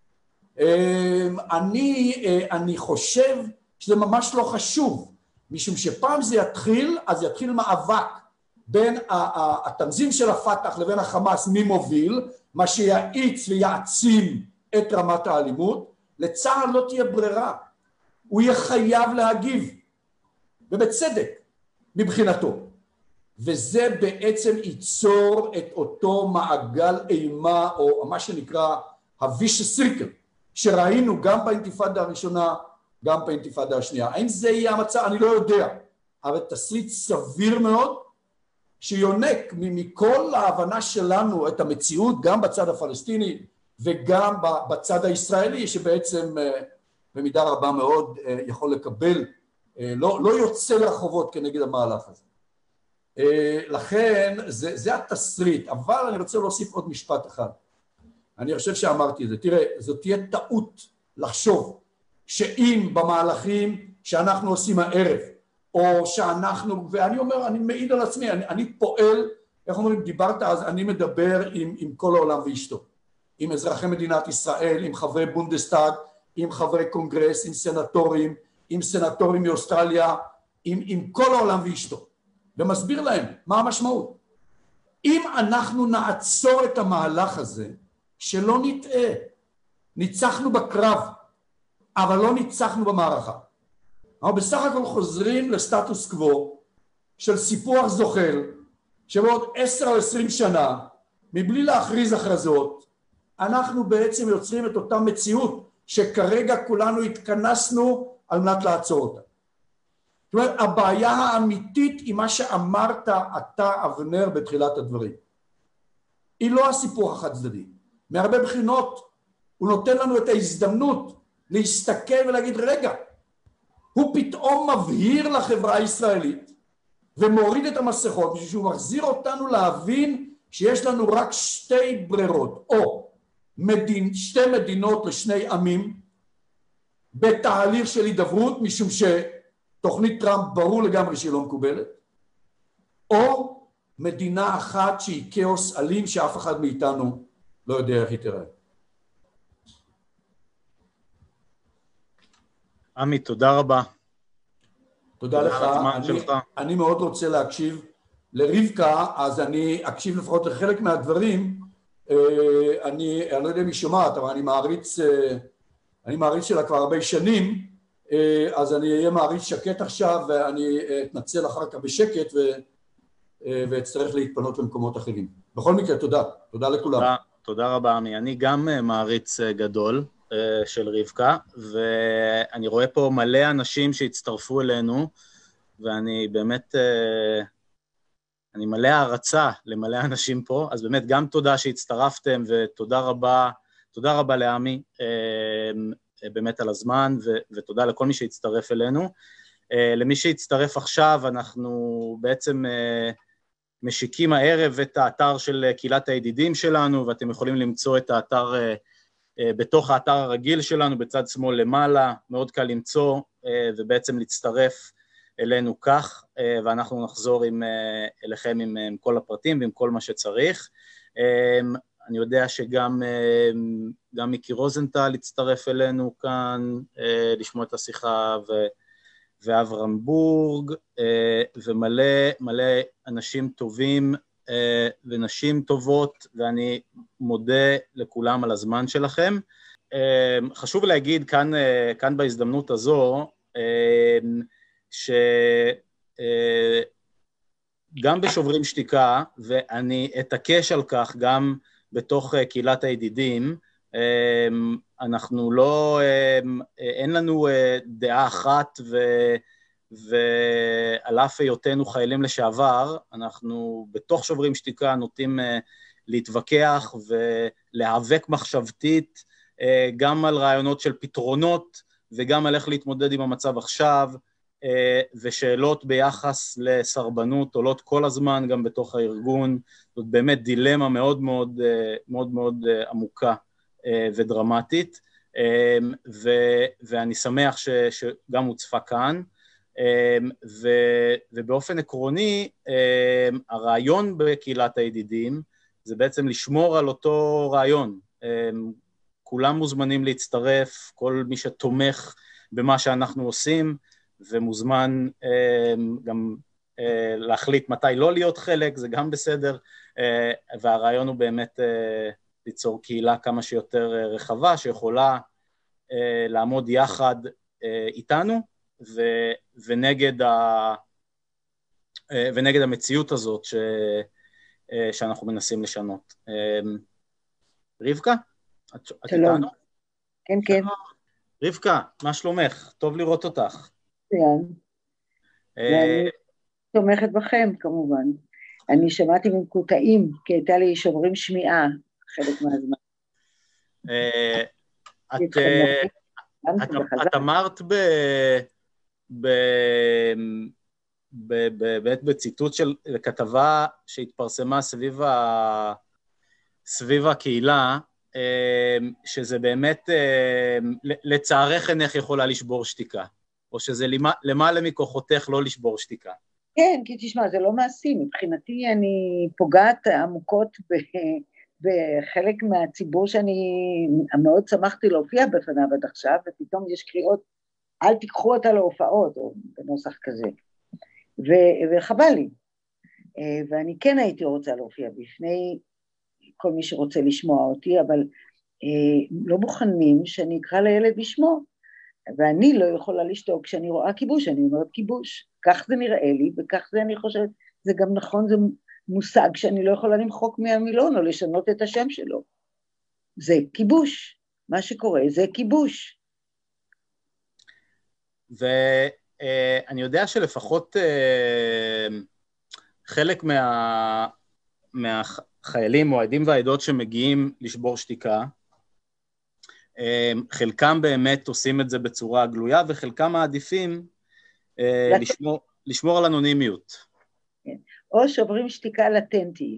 אני חושב שזה ממש לא חשוב, משום שפעם זה יתחיל, אז יתחיל מאבק בין התנזים של הפתח לבין החמאס מי מוביל, מה שיעיץ ויעצים את רמת האלימות. לצה"ל לא תהיה ברירה, הוא יהיה חייב להגיב, ובצדק מבחינתו, וזה בעצם ייצור את אותו מעגל אימה, או מה שנקרא ה-vicious circle, שראינו גם באינתיפאדה הראשונה, גם באינתיפאדה השנייה. האם זה יהיה המצב? אני לא יודע, אבל תסריט סביר מאוד, שיונק מכל ההבנה שלנו את המציאות, גם בצד הפלסטיני וגם בצד הישראלי, שבעצם במידה רבה מאוד יכול לקבל, לא יוצא לרחובות כנגד המהלך הזה. לכן זה התסריט, אבל אני רוצה להוסיף עוד משפט אחד. אני חושב שאמרתי את זה. תראה, זאת תהיה טעות לחשוב שאם במהלכים שאנחנו עושים הערב, או שאנחנו, ואני אומר, אני מעיד על עצמי, אני פועל, איך אומרים, דיברת אז, אני מדבר עם כל העולם ואשתו, עם אזרחי מדינת ישראל, עם חברי בונדסטאג, עם חברי קונגרס, עם סנטורים מאוסטרליה, עם כל העולם ואשתו, ומסביר להם מה המשמעות. אם אנחנו נעצור את המהלך הזה, שלא נטעה, ניצחנו בקרב, אבל לא ניצחנו במערכה. אנחנו בסך הכל חוזרים לסטטוס קוו של סיפוח זוחל, שבעוד 10 או 20 שנה, מבלי להכריז הכרזות, אנחנו בעצם יוצרים את אותה מציאות שכרגע כולנו התכנסנו על מנת לעצור אותה. זאת אומרת, הבעיה האמיתית היא מה שאמרת אתה, אבנר, בתחילת הדברים. היא לא הסיפוח החד צדדי. מהרבה בחינות הוא נותן לנו את ההזדמנות להסתכל ולהגיד, רגע, הוא פתאום מבהיר לחברה הישראלית ומוריד את המסכות, בשביל שהוא מחזיר אותנו להבין שיש לנו רק שתי ברירות, או שתי מדינות לשני עמים, בתהליך של הידברות, משום שתוכנית טראמפ ברור לגמרי שהיא לא מקובלת, או מדינה אחת שהיא כאוס אלים שאף אחד מאיתנו לא יודע איך היא תראה. עמי, תודה רבה. תודה לך. אני מאוד רוצה להקשיב לרבקה, אז אני אקשיב לפחות לחלק מהדברים. אני לא יודע אם היא שומעת, אבל אני מעריץ שלה כבר הרבה שנים, אז אני אהיה מעריץ שקט עכשיו, ואני אתנצל אחר כך בשקט, ואצטרך להתפנות למקומות אחרים. בכל מקרה, תודה. תודה לכולם. תודה רבה, עמי. אני גם מעריץ גדול של רבקה, ואני רואה פה מלא אנשים שהצטרפו אלינו, ואני באמת, אני מלא הערצה למלא אנשים פה, אז באמת גם תודה שהצטרפתם, ותודה רבה לעמי, באמת על הזמן, ותודה לכל מי שהצטרף אלינו. למי שהצטרף עכשיו, אנחנו בעצם משיקים הערב את האתר של קהילת הידידים שלנו, ואתם יכולים למצוא את האתר בתוך האתר הרגיל שלנו, בצד שמאל למעלה, מאוד קל למצוא, ובעצם להצטרף אלינו כך, ואנחנו נחזור אליכם עם כל הפרטים ועם כל מה שצריך. אני יודע שגם מיקי רוזנטל הצטרף אלינו כאן, לשמוע את השיחה, ואברהם בורג, ומלא אנשים טובים, ונשים טובות, ואני מודה לכולם על הזמן שלכם. חשוב להגיד כאן בהזדמנות הזו, גם בשוברים שתיקה, ואני אתעקש על כך גם בתוך קהילת הידידים, אנחנו לא, אין לנו דעה אחת ועל אף היותנו חיילים לשעבר, אנחנו בתוך שוברים שתיקה נוטים להתווכח ולהיאבק מחשבתית, גם על רעיונות של פתרונות, וגם על איך להתמודד עם המצב עכשיו, ושאלות ביחס לסרבנות עולות כל הזמן גם בתוך הארגון, זאת באמת דילמה מאוד מאוד, מאוד מאוד עמוקה ודרמטית, ואני שמח שגם הוצפה כאן, ובאופן עקרוני, הרעיון בקהילת הידידים, זה בעצם לשמור על אותו רעיון, כולם מוזמנים להצטרף, כל מי שתומך במה שאנחנו עושים, ומוזמן גם להחליט מתי לא להיות חלק, זה גם בסדר, והרעיון הוא באמת ליצור קהילה כמה שיותר רחבה, שיכולה לעמוד יחד איתנו, ונגד המציאות הזאת שאנחנו מנסים לשנות. רבקה, את איתנו? כן, כן. רבקה, מה שלומך? טוב לראות אותך. ואני תומכת בכם כמובן. אני שמעתי ממקוטעים, כי הייתה לי שוברים שמיעה חלק מהזמן. את אמרת בציטוט של כתבה שהתפרסמה סביב הקהילה, שזה באמת לצערך אינך יכולה לשבור שתיקה, או שזה למעלה מכוחותך לא לשבור שתיקה. כן, כי תשמע, זה לא מעשי, מבחינתי אני פוגעת עמוקות בחלק מהציבור שאני מאוד שמחתי להופיע בפניו עד עכשיו, ופתאום יש קריאות, אל תיקחו אותה להופעות, או בנוסח כזה, וחבל לי, ואני כן הייתי רוצה להופיע בפני כל מי שרוצה לשמוע אותי, אבל לא מוכנים שאני אקרא לילד בשמו, ואני לא יכולה לשתוק כשאני רואה כיבוש, אני אומרת כיבוש, כך זה נראה לי, וכך זה אני חושבת, זה גם נכון, זה מושג שאני לא יכולה למחוק מהמילון, או לשנות את השם שלו, זה כיבוש, מה שקורה זה כיבוש. ואני יודע שלפחות חלק מהחיילים או העדים והעדות שמגיעים לשבור שתיקה, חלקם באמת עושים את זה בצורה גלויה, וחלקם מעדיפים לשמור על אנונימיות. או שוברים שתיקה לטנטיים.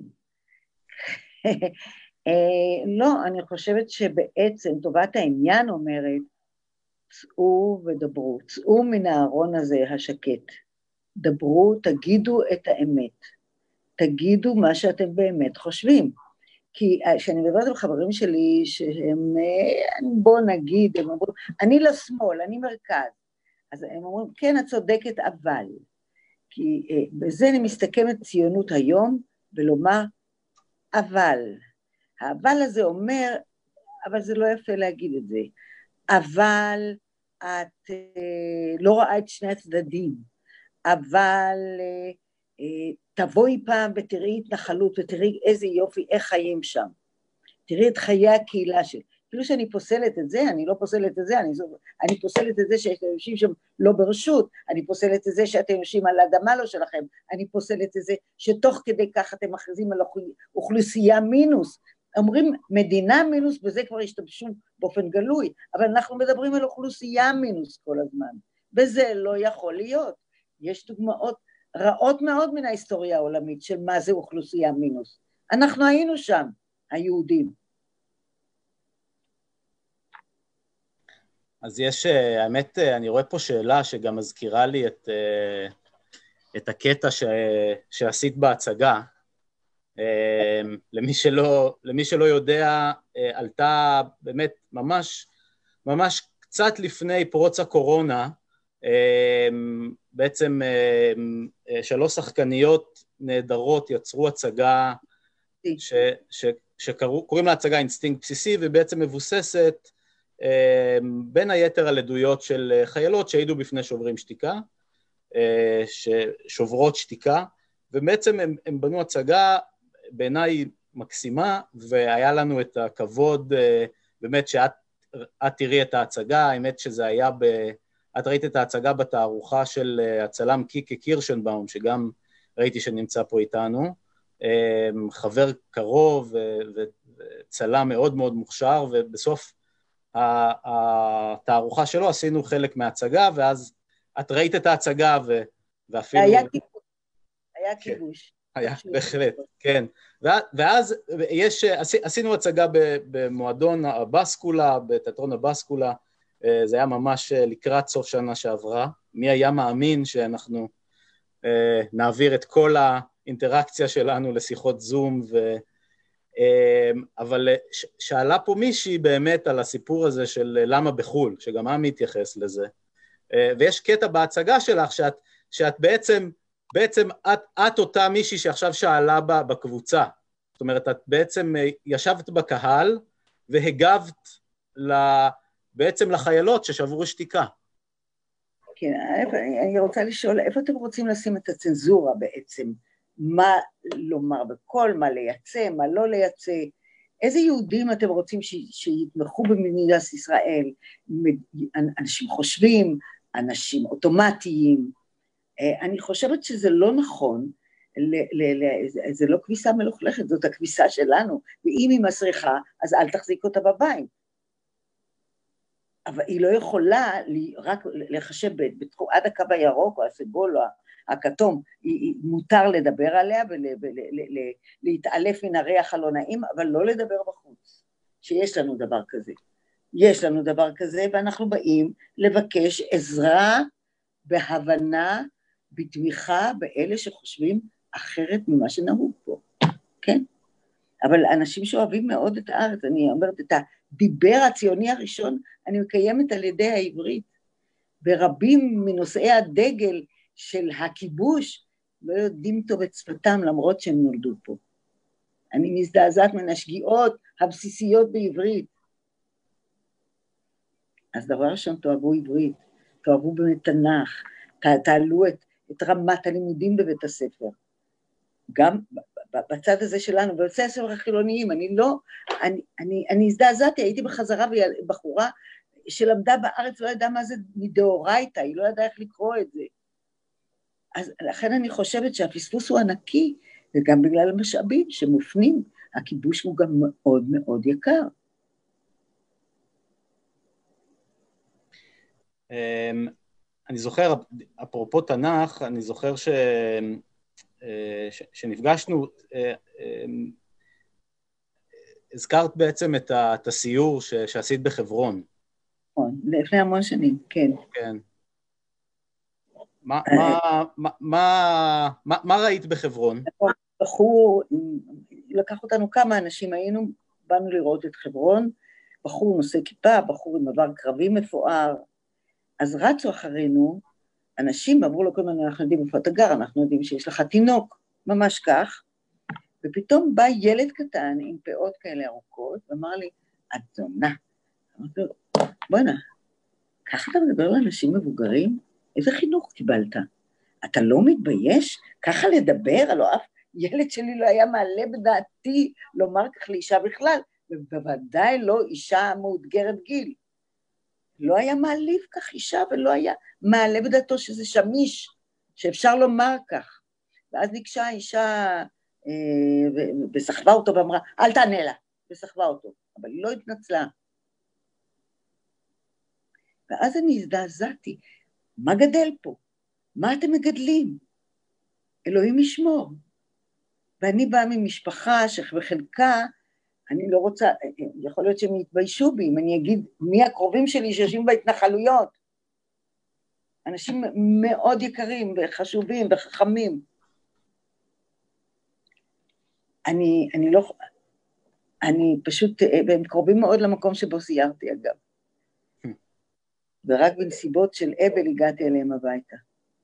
לא, אני חושבת שבעצם טובת העניין אומרת, צאו ודברו, צאו מן הארון הזה השקט, דברו, תגידו את האמת, תגידו מה שאתם באמת חושבים. כי כשאני מדברת עם חברים שלי, שהם, בוא נגיד, הם אמרו, אני לשמאל, אני מרכז, אז הם אומרים, כן, את צודקת, אבל, כי בזה אני מסתכמת ציונות היום, ולומר, אבל, האבל הזה אומר, אבל זה לא יפה להגיד את זה, אבל את לא רואה את שני הצדדים, אבל תבואי פעם ותראי התנחלות, ותראי איזה יופי, איך חיים שם. תראי את חיי הקהילה שלי. אפילו שאני פוסלת את זה, אני לא פוסלת את זה, אני פוסלת את זה שאתם יושבים שם לא ברשות, אני פוסלת את זה שאתם יושבים על אדמה לא שלכם, אני פוסלת את זה שתוך כדי כך אתם מכריזים על אוכלוסייה מינוס, אומרים מדינה מינוס, בזה כבר השתמשו באופן גלוי, אבל אנחנו מדברים על אוכלוסייה מינוס כל הזמן, וזה לא יכול להיות. יש דוגמאות רעות מאוד מן ההיסטוריה העולמית של מה זה אוכלוסייה מינוס. אנחנו היינו שם, היהודים. אז יש, האמת, אני רואה פה שאלה שגם מזכירה לי את הקטע שעשית בהצגה. למי שלא יודע, עלתה באמת ממש קצת לפני פרוץ הקורונה, בעצם 3 שחקניות נהדרות יצרו הצגה שקוראים לה הצגה אינסטינקט בסיסי, ובעצם מבוססת בין היתר על עדויות של חיילות שהעידו בפני שוברים שתיקה, ששוברות שתיקה, ובעצם הם בנו הצגה בעיניי מקסימה, והיה לנו את הכבוד, באמת שאת תראי את ההצגה, האמת שזה היה את ראית את ההצגה בתערוכה של הצלם קיקי קירשנבאום, שגם ראיתי שנמצא פה איתנו, חבר קרוב וצלם מאוד מאוד מוכשר, ובסוף התערוכה שלו עשינו חלק מההצגה, ואז את ראית את ההצגה ואפילו... היה כיבוש. היה, בהחלט, כן. ואז עשינו הצגה במועדון הבסקולה, בתיאטרון הבסקולה, זה היה ממש לקראת סוף שנה שעברה. מי היה מאמין שאנחנו נעביר את כל האינטראקציה שלנו לשיחות זום, אבל שאלה פה מישהי באמת על הסיפור הזה של למה בחול, שגם עמי התייחס לזה. ויש קטע בהצגה שלך שאת בעצם את אותה מישהי שעכשיו שאלה בקבוצה. זאת אומרת, את בעצם ישבת בקהל והגבת בעצם לחיילות ששברו שתיקה. כן, אני רוצה לשאול, איפה אתם רוצים לשים את הצנזורה בעצם? מה לומר בכל, מה לייצא, מה לא לייצא? איזה יהודים אתם רוצים שיתמכו במדינת ישראל? אנשים חושבים, אנשים אוטומטיים. אני חושבת שזה לא נכון, זה לא כביסה מלוכלכת, זאת הכביסה שלנו, ואם היא מסריחה, אז אל תחזיק אותה בבית. אבל היא לא יכולה רק לחשב עד הקו הירוק או הסגול או הכתום, מותר לדבר עליה ולהתעלף מן הריח הלא נעים, אבל לא לדבר בחוץ, שיש לנו דבר כזה. יש לנו דבר כזה, ואנחנו באים לבקש עזרה בהבנה, בתמיכה באלה שחושבים אחרת ממה שנהוג פה, כן? אבל אנשים שאוהבים מאוד את הארץ, אני אומרת, את הדיבר הציוני הראשון, אני מקיימת על ידי העברית, ורבים מנושאי הדגל של הכיבוש, לא יודעים טוב את שפתם למרות שהם נולדו פה. אני מזדעזעת מן השגיאות הבסיסיות בעברית. אז דבר ראשון, תאהבו עברית, תאהבו באמת תנ"ך, תעלו את רמת הלימודים בבית הספר. גם בצד הזה שלנו, בבתי הספר החילוניים, אני הזדעזעתי, הייתי בחזרה בחורה שלמדה בארץ, לא ידעה מה זה מדאורייתא, היא לא ידעה איך לקרוא את זה. אז לכן אני חושבת שהפספוס הוא ענקי, וגם בגלל המשאבים שמופנים, הכיבוש הוא גם מאוד מאוד יקר. אני זוכר, אפרופו תנ"ך, אני זוכר שנפגשנו, הזכרת בעצם את הסיור שעשית בחברון. נכון, לפני המון שנים, כן. כן. מה ראית בחברון? בחור, לקח אותנו כמה אנשים, באנו לראות את חברון, בחור נושא כיפה, בחור עם עבר קרבי מפואר, אז רצו אחרינו, אנשים אמרו לו כל מיני, אנחנו יודעים איפה אתה גר, אנחנו יודעים שיש לך תינוק, ממש כך, ופתאום בא ילד קטן עם פאות כאלה ארוכות, ואמר לי, את זונה. אמרתי לו, בוא'נה, ככה אתה מדבר לאנשים מבוגרים? איזה חינוך קיבלת? אתה לא מתבייש? ככה לדבר? הלוא אף ילד שלי לא היה מעלה בדעתי לומר כך לאישה בכלל, ובוודאי לא אישה מאותגרת גיל. לא היה מעליב כך אישה, ולא היה מעלה בדעתו שזה שמיש, שאפשר לומר כך. ואז ניגשה האישה וסחבה אותו ואמרה, אל תענה לה, וסחבה אותו, אבל היא לא התנצלה. ואז אני הזדעזעתי, מה גדל פה? מה אתם מגדלים? אלוהים ישמור. ואני באה ממשפחה שבחלקה, אני לא רוצה, יכול להיות שהם יתביישו בי, אם אני אגיד מי הקרובים שלי שיושבים בהתנחלויות. אנשים מאוד יקרים וחשובים וחכמים. אני פשוט, והם קרובים מאוד למקום שבו סיירתי אגב. ורק בנסיבות של אבל הגעתי אליהם הביתה.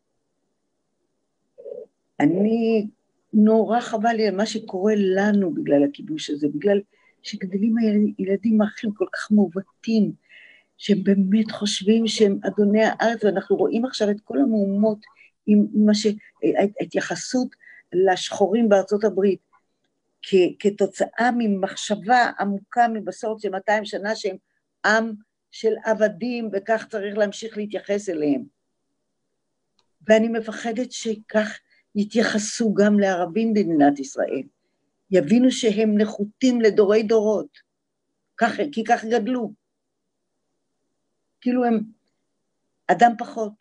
אני נורא חבל לי על מה שקורה לנו בגלל הכיבוש הזה, בגלל שגדלים הילדים אחים כל כך מעוותים, שהם באמת חושבים שהם אדוני הארץ, ואנחנו רואים עכשיו את כל המהומות עם מה ההתייחסות לשחורים בארצות הברית, כתוצאה ממחשבה עמוקה מבסורת של 200 שנה שהם עם של עבדים, וכך צריך להמשיך להתייחס אליהם. ואני מפחדת שכך יתייחסו גם לערבים במדינת ישראל, יבינו שהם נחותים לדורי דורות, כי כך גדלו, כאילו הם אדם פחות.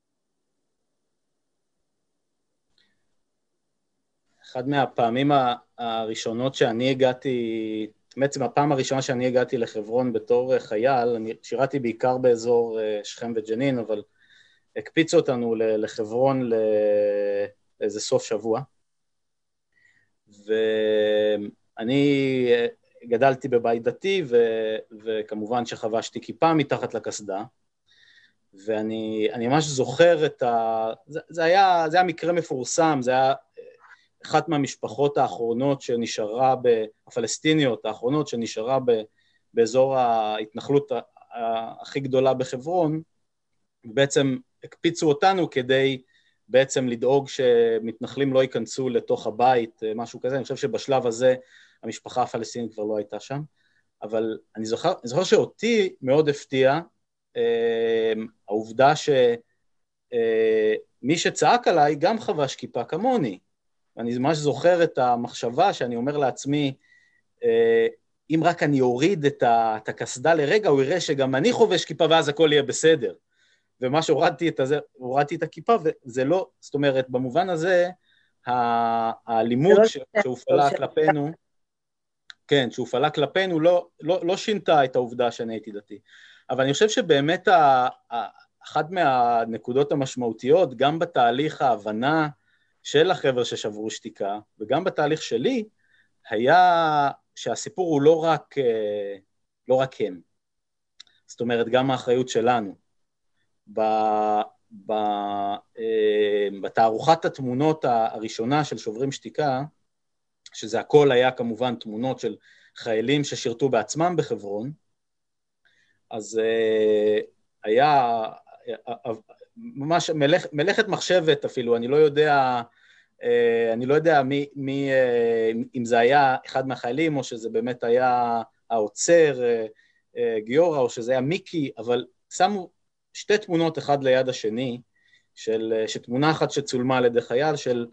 אחד מהפעמים הראשונות שאני הגעתי, בעצם הפעם הראשונה שאני הגעתי לחברון בתור חייל, אני שירתי בעיקר באזור שכם וג'נין, אבל הקפיצו אותנו לחברון לאיזה סוף שבוע, ואני גדלתי בבית דתי, וכמובן שחבשתי כיפה מתחת לקסדה, ואני ממש זוכר זה היה מקרה מפורסם, זה היה אחת מהמשפחות האחרונות שנשארה, הפלסטיניות האחרונות שנשארה באזור ההתנחלות הכי גדולה בחברון, ובעצם הקפיצו אותנו כדי בעצם לדאוג שמתנחלים לא ייכנסו לתוך הבית, משהו כזה. אני חושב שבשלב הזה המשפחה הפלסטינית כבר לא הייתה שם, אבל אני זוכר שאותי מאוד הפתיע העובדה שמי שצעק עליי גם חבש כיפה כמוני, ואני ממש זוכר את המחשבה שאני אומר לעצמי, אם רק אני אוריד את הקסדה לרגע, הוא יראה שגם אני חובש כיפה ואז הכל יהיה בסדר. ומה שהורדתי את הכיפה, וזה לא, זאת אומרת, במובן הזה, האלימות שהופעלה כלפינו, כן, שהופעלה כלפינו, לא שינתה את העובדה שאני הייתי דתי. אבל אני חושב שבאמת אחת מהנקודות המשמעותיות, גם בתהליך ההבנה של החבר'ה ששברו שתיקה, וגם בתהליך שלי, היה שהסיפור הוא לא רק הם. זאת אומרת, גם האחריות שלנו. בתערוכת התמונות הראשונה של שוברים שתיקה, שזה הכל היה כמובן תמונות של חיילים ששירתו בעצמם בחברון, אז היה ממש מלאכת מחשבת אפילו, אני לא יודע אם זה היה אחד מהחיילים, או שזה באמת היה העוצר גיורא, או שזה היה מיקי, אבל שמו שתי תמונות אחד ליד השני, שתמונה אחת שצולמה על ידי חייל של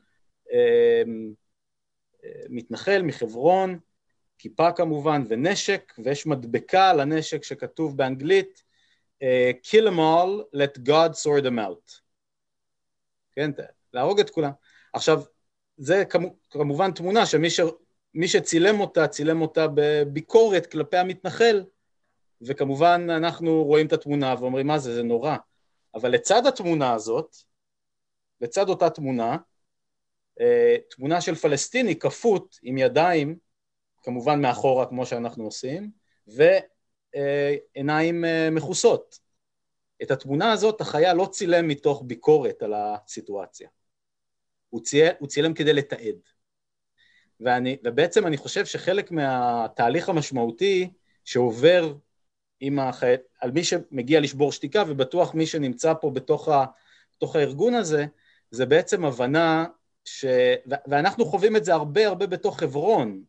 מתנחל מחברון, כיפה כמובן ונשק, ויש מדבקה על הנשק שכתוב באנגלית, kill them all, let God sort them out. כן, להרוג את כולם. עכשיו, זה כמובן תמונה שמי שצילם אותה בביקורת כלפי המתנחל, וכמובן אנחנו רואים את התמונה ואומרים, מה זה נורא. אבל לצד התמונה הזאת, לצד אותה תמונה, תמונה של פלסטיני כפות עם ידיים, כמובן מאחורה כמו שאנחנו עושים, ועיניים מחוסות. את התמונה הזאת החייל לא צילם מתוך ביקורת על הסיטואציה. הוא צילם כדי לתעד. ובעצם אני חושב שחלק מהתהליך המשמעותי שעובר על מי שמגיע לשבור שתיקה, ובטוח מי שנמצא פה בתוך הארגון הזה, זה בעצם הבנה ואנחנו חווים את זה הרבה בתוך חברון,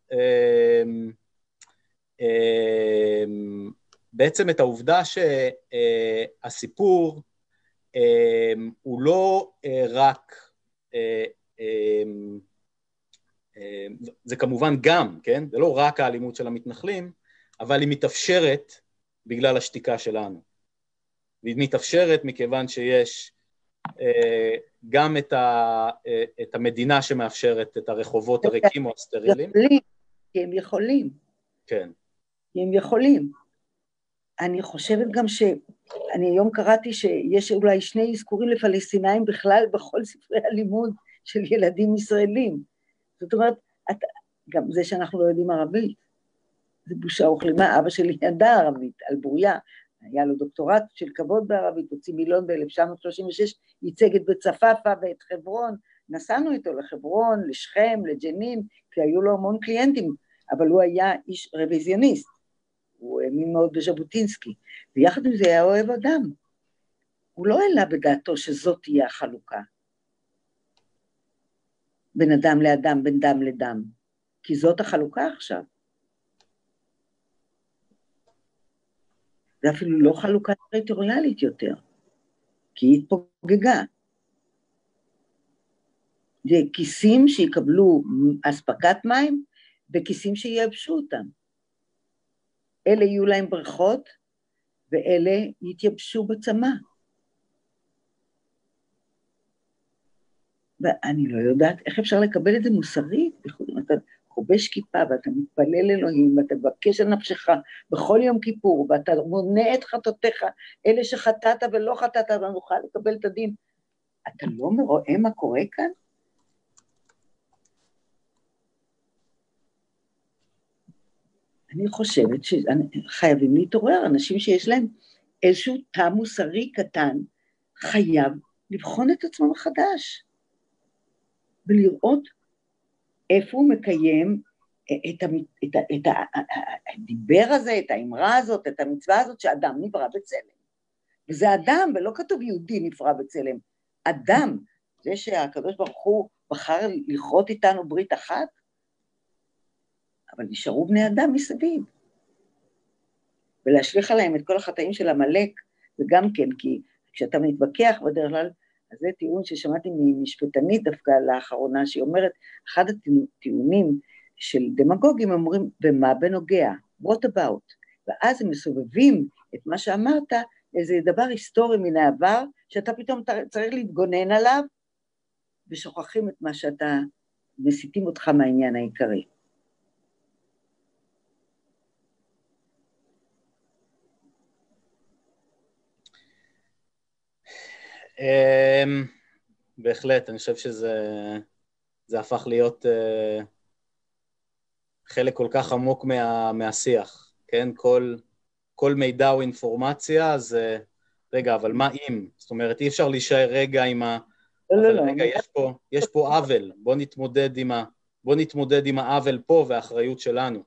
בעצם את העובדה שהסיפור הוא לא רק, זה כמובן גם, כן? זה לא רק האלימות של המתנחלים, אבל היא מתאפשרת בגלל השתיקה שלנו. והיא מתאפשרת מכיוון שיש גם את המדינה שמאפשרת את הרחובות הריקים או הסטרילים. כי הם יכולים. כן. כי הם יכולים. אני חושבת גם אני היום קראתי שיש אולי 2 אזכורים לפלסטינאים בכלל בכל ספרי הלימוד של ילדים ישראלים. זאת אומרת, גם זה שאנחנו לא יודעים ערבית, זה בושה וכלימה. אבא שלי ידע ערבית, על בוריה, היה לו דוקטורט של כבוד בערבית, הוציא מילון ב-1936, ייצג את בית צפאפא ואת חברון, נסענו איתו לחברון, לשכם, לג'נין, כי היו לו המון קליינטים, אבל הוא היה איש רוויזיוניסט, הוא האמין מאוד בז'בוטינסקי, ויחד עם זה היה אוהב אדם. הוא לא העלה בדעתו שזאת תהיה החלוקה. בין אדם לאדם, בין דם לדם, כי זאת החלוקה עכשיו. זה אפילו לא חלוקה טריטוריאלית יותר, כי היא התפוגגה. זה כיסים שיקבלו אספקת מים, וכיסים שייבשו אותם. אלה יהיו להם בריכות, ואלה יתייבשו בצמא. ואני לא יודעת איך אפשר לקבל את זה מוסרית, אם אתה חובש כיפה ואתה מתפלל אלוהים, ואתה מבקש על נפשך בכל יום כיפור, ואתה מונה את חטאותיך, אלה שחטאת ולא חטאת, ונוכל לקבל את הדין. אתה לא רואה מה קורה כאן? אני חושבת שחייבים להתעורר, אנשים שיש להם איזשהו תא מוסרי קטן, חייב לבחון את עצמו מחדש, ולראות איפה הוא מקיים את הדיבר הזה, את האמרה הזאת, את המצווה הזאת, שאדם נברא בצלם. וזה אדם, ולא כתוב יהודי נברא בצלם, אדם, זה שהקדוש ברוך הוא בחר לכרות איתנו ברית אחת, אבל נשארו בני אדם מסביב. ולהשליך עליהם את כל החטאים של המלאק, וגם כן, כי כשאתה מתווכח בדרך כלל, אז זה טיעון ששמעתי ממשפטנית דווקא לאחרונה, שהיא אומרת, אחד הטיעונים של דמגוגים אומרים, במה בנוגע? What about? ואז הם מסובבים את מה שאמרת, איזה דבר היסטורי מן העבר, שאתה פתאום צריך להתגונן עליו, ושוכחים את מה שאתה, מסיתים אותך מהעניין העיקרי. בהחלט, אני חושב שזה הפך להיות חלק כל כך עמוק מהשיח, כן? כל מידע או אינפורמציה, אז רגע, אבל מה אם? זאת אומרת, אי אפשר להישאר רגע עם אבל רגע, יש פה עוול, בוא נתמודד עם העוול פה והאחריות שלנו.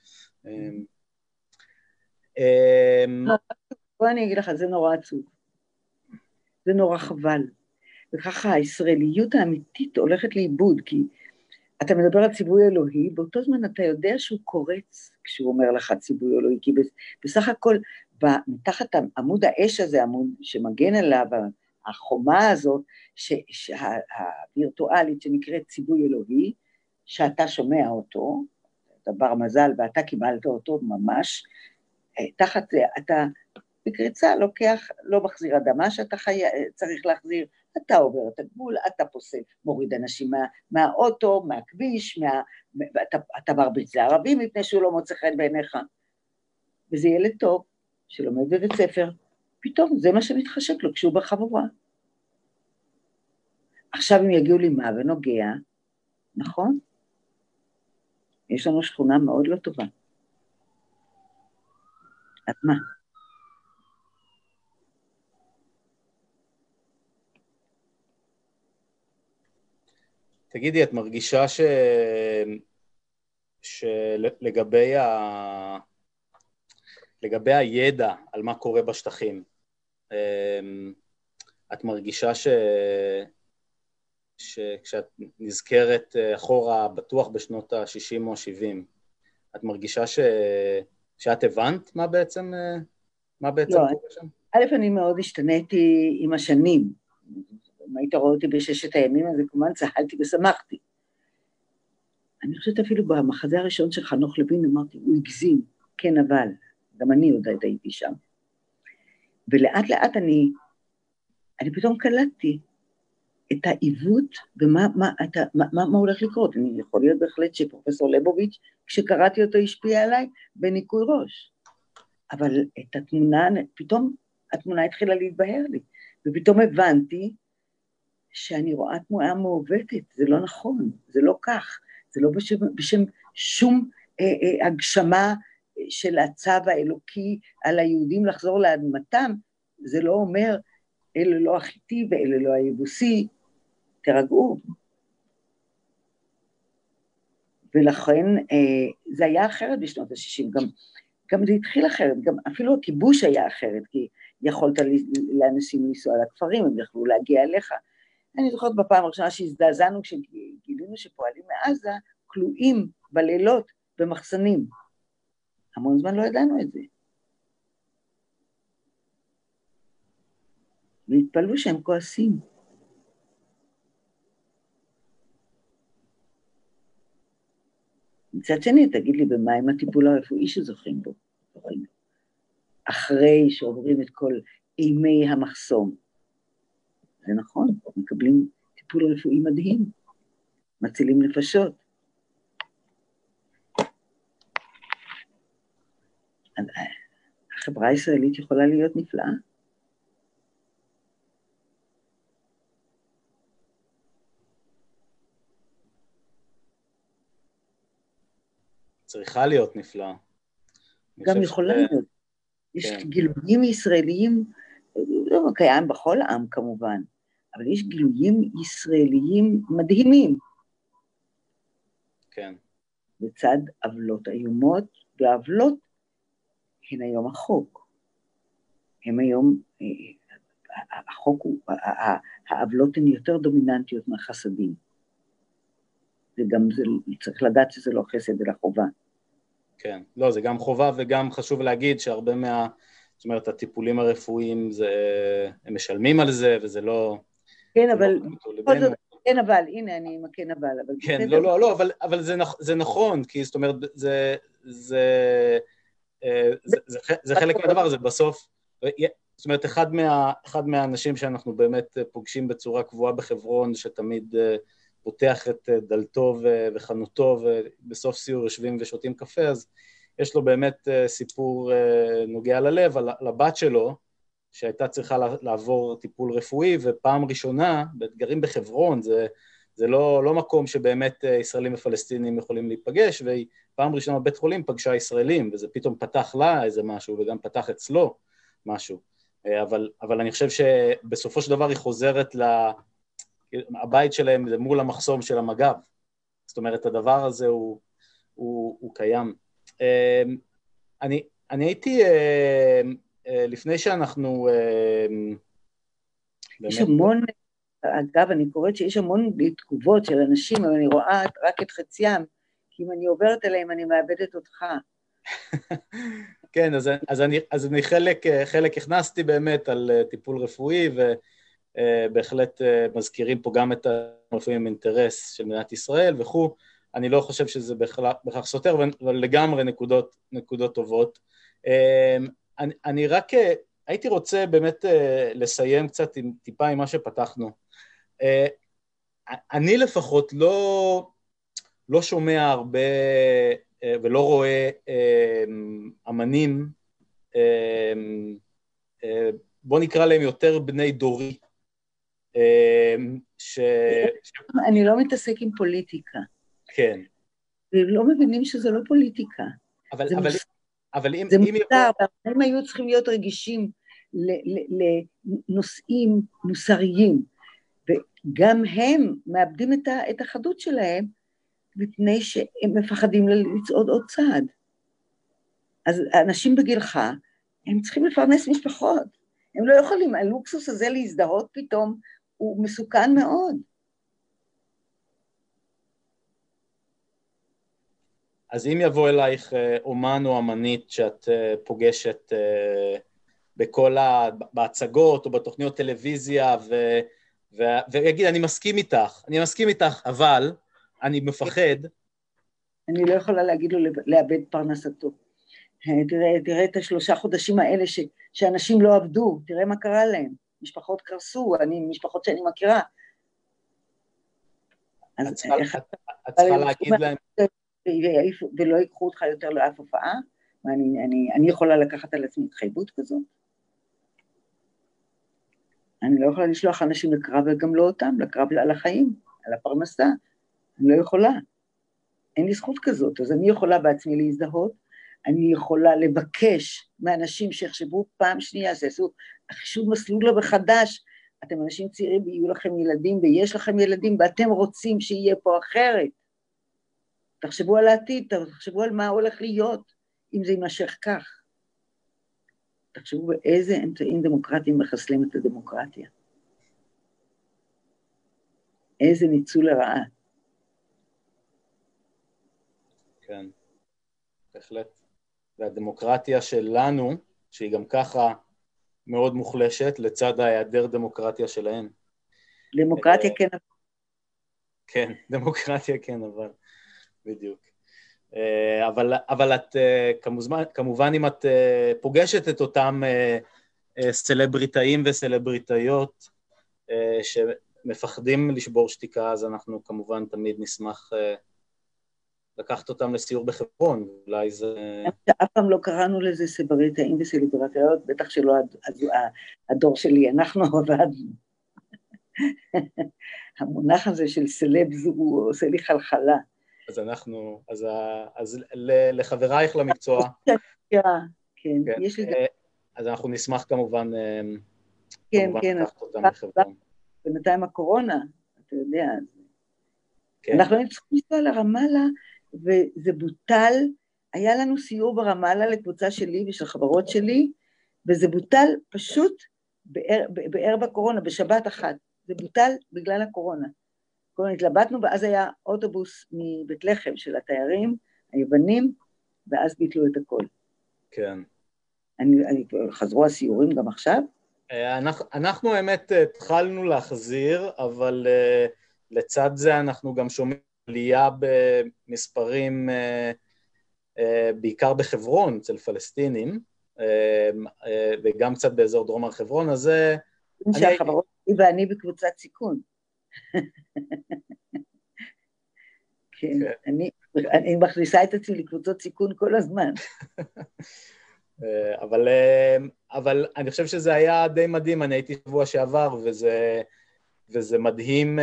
בוא אני אגיד לך, זה נורא עצוב. זה נורא חבל. וככה הישראליות האמיתית הולכת לאיבוד, כי אתה מדבר על ציווי אלוהי, באותו זמן אתה יודע שהוא קורץ כשהוא אומר לך ציווי אלוהי, כי בסך הכל, מתחת עמוד האש הזה, עמוד שמגן עליו, החומה הזאת, הווירטואלית שנקראת ציווי אלוהי, שאתה שומע אותו, אתה בר מזל ואתה קיבלת אותו ממש, תחת זה אתה בקריצה לוקח, לא מחזיר אדמה שאתה צריך להחזיר, אתה עובר את הגבול, אתה פוסל, מוריד אנשים מהאוטו, מהכביש, אתה מרביץ לערבים מפני שהוא לא מוצא חן בעיניך. וזה ילד טוב שלומד בבית ספר, פתאום זה מה שמתחשק לו כשהוא בחבורה. עכשיו הם יגיעו לי מה ונוגע, נכון? יש לנו שכונה מאוד לא טובה. אז מה? תגידי, את מרגישה שלגבי לגבי הידע על מה קורה בשטחים, את מרגישה שכשאת נזכרת אחורה בטוח בשנות ה-60 או 70, את מרגישה שאת הבנת מה בעצם קורה שם? א', אני מאוד השתניתי עם השנים, אם היית רואה אותי בששת הימים, אז כמובן צהלתי ושמחתי. אני חושבת אפילו במחזה הראשון של חנוך לוין, אמרתי, הוא הגזים, כן אבל, גם אני עוד הייתי שם. ולאט לאט אני פתאום קלטתי את העיוות, ומה הולך לקרות. אני יכול להיות בהחלט שפרופסור ליבוביץ', כשקראתי אותו השפיע עליי, בניקוי ראש. אבל את התמונה, פתאום התמונה התחילה להתבהר לי, ופתאום הבנתי, שאני רואה תמונה מעוותת, זה לא נכון, זה לא כך, זה לא בשם שום הגשמה של הצו האלוקי על היהודים לחזור לאדמתם, זה לא אומר, אלה לא החיתי ואלה לא היבוסי, תרגעו. ולכן זה היה אחרת בשנות ה-60, גם זה התחיל אחרת, גם אפילו הכיבוש היה אחרת, כי יכולת לאנשים לנסוע לכפרים, הם יכלו להגיע אליך, אני זוכרת בפעם הראשונה שהזדעזענו כשגילינו החבר'ה שפועלים מעזה כלואים בלילות במחסנים. המון זמן לא ידענו את זה. והתפלאו שהם כועסים. מצד שני, תגיד לי, במה עם הטיפול הרפואי שזוכים בו? אחרי שעוברים את כל אימי המחסום. זה נכון, מקבלים טיפול רפואי מדהים, מצילים נפשות. החברה הישראלית יכולה להיות נפלאה. צריכה להיות נפלאה. גם יכולה להיות. יש גילויים ישראליים, לא קיים בכל עם כמובן, אבל יש גילויים ישראליים מדהימים. כן. בצד עוולות איומות, והעוולות הן היום החוק. הם היום, החוק הוא, העוולות הן יותר דומיננטיות מהחסדים. וגם זה, צריך לדעת שזה לא חסד אלא חובה. כן, לא, זה גם חובה וגם חשוב להגיד שהרבה זאת אומרת, הטיפולים הרפואיים, הם משלמים על זה, וזה לא... כן, אבל... כן, אבל, הנה, אני עם הכן אבל. כן, לא, אבל זה נכון, כי זאת אומרת, זה חלק מהדבר הזה, בסוף, זאת אומרת, אחד מהאנשים שאנחנו באמת פוגשים בצורה קבועה בחברון, שתמיד פותח את דלתו וחנותו, ובסוף סיור יושבים ושותים קפה, אז יש לו באמת סיפור נוגע ללב על הבת שלו, שהייתה צריכה לעבור טיפול רפואי, ופעם ראשונה, באתגרים בחברון, זה לא מקום שבאמת ישראלים ופלסטינים יכולים להיפגש, והיא פעם ראשונה בבית חולים פגשה ישראלים, וזה פתאום פתח לה איזה משהו, וגם פתח אצלו משהו. אבל אני חושב שבסופו של דבר היא חוזרת הבית שלהם זה מול המחסום של המג"ב. זאת אומרת, הדבר הזה הוא קיים. אני הייתי, לפני שאנחנו... יש המון, אגב, אני קוראת שיש המון תגובות של אנשים, אבל אני רואה רק את חציים, כי אם אני עוברת אליהם, אני מאבדת אותך. כן, אז אני חלק הכנסתי באמת על טיפול רפואי, ובהחלט מזכירים פה גם את הרפואי עם אינטרס של מדינת ישראל וכו'. אני לא חושב שזה בכך סותר, אבל לגמרי נקודות טובות. אני רק הייתי רוצה באמת לסיים קצת טיפה עם מה שפתחנו. אני לפחות לא שומע הרבה ולא רואה אמנים, בוא נקרא להם יותר בני דורי. אני לא מתעסק עם פוליטיקה. כן. ולא מבינים שזה לא פוליטיקה. אבל זה מותר, הם היו צריכים להיות רגישים לנושאים מוסריים, וגם הם מאבדים את החדות שלהם, מפני שהם מפחדים לצעוד עוד צעד. אז האנשים בגילך, הם צריכים לפרנס משפחות, הם לא יכולים, הלוקסוס הזה להזדהות פתאום, הוא מסוכן מאוד. אז אם יבוא אלייך אומן או אמנית שאת פוגשת בהצגות או בתוכניות טלוויזיה, ויגיד, אני מסכים איתך, אבל אני מפחד. אני לא יכולה להגיד לו לאבד פרנסתו. תראה את 3 חודשים האלה שאנשים לא עבדו, תראה מה קרה להם. משפחות קרסו, משפחות שאני מכירה. את צריכה להגיד להם... ולא ייקחו אותך יותר לאף הופעה, ואני יכולה לקחת על עצמי התחייבות כזאת. אני לא יכולה לשלוח אנשים לקרב, וגם לא אותם, לקרב על החיים, על הפרנסה. אני לא יכולה. אין לי זכות כזאת, אז אני יכולה בעצמי להזדהות, אני יכולה לבקש מאנשים שיחשבו פעם שנייה, שעשו חישוב מסלול מחדש, אתם אנשים צעירים ויהיו לכם ילדים, ויש לכם ילדים, ואתם רוצים שיהיה פה אחרת. תחשבו על העתיד, תחשבו על מה הולך להיות, אם זה יימשך כך. תחשבו באיזה אמצעים דמוקרטיים מחסלים את הדמוקרטיה. איזה ניצול לרעה. כן, בהחלט. והדמוקרטיה שלנו, שהיא גם ככה מאוד מוחלשת, לצד ההיעדר דמוקרטיה שלהם. דמוקרטיה כן. כן, דמוקרטיה כן, אבל בדיוק. אבל את, כמובן אם את פוגשת את אותם סלבריטאים וסלבריטאיות שמפחדים לשבור שתיקה, אז אנחנו כמובן תמיד נשמח לקחת אותם לסיור בחברון, אולי זה... אף פעם לא קראנו לזה סלבריטאים וסלבריטאיות, בטח שלא הדור שלי, אנחנו עבדנו. המונח הזה של סלבס הוא עושה לי חלחלה. אז אז לחברייך למקצוע. כן, יש לי גם... אז אנחנו נשמח כמובן לקחת אותם לחברון. בינתיים הקורונה, אתה יודע, כן. אנחנו צריכים לנסוע לרמאללה, וזה בוטל, היה לנו סיור ברמאללה לקבוצה שלי ושל חברות שלי, וזה בוטל פשוט בערב הקורונה, בשבת אחת, זה בוטל בגלל הקורונה. קורונה התלבטנו, ואז היה אוטובוס מבית לחם של התיירים, היוונים, ואז ביטלו את הכל. כן. חזרו הסיורים גם עכשיו? אנחנו האמת התחלנו להחזיר, אבל לצד זה אנחנו גם שומעים עלייה במספרים, בעיקר בחברון, אצל פלסטינים, וגם קצת באזור דרום הר חברון, אז זה... שהחברות ואני בקבוצת סיכון. כן, אני מכניסה את עצמי לקבוצות סיכון כל הזמן. אבל אני חושב שזה היה די מדהים, אני הייתי שבוע שעבר, וזה מדהים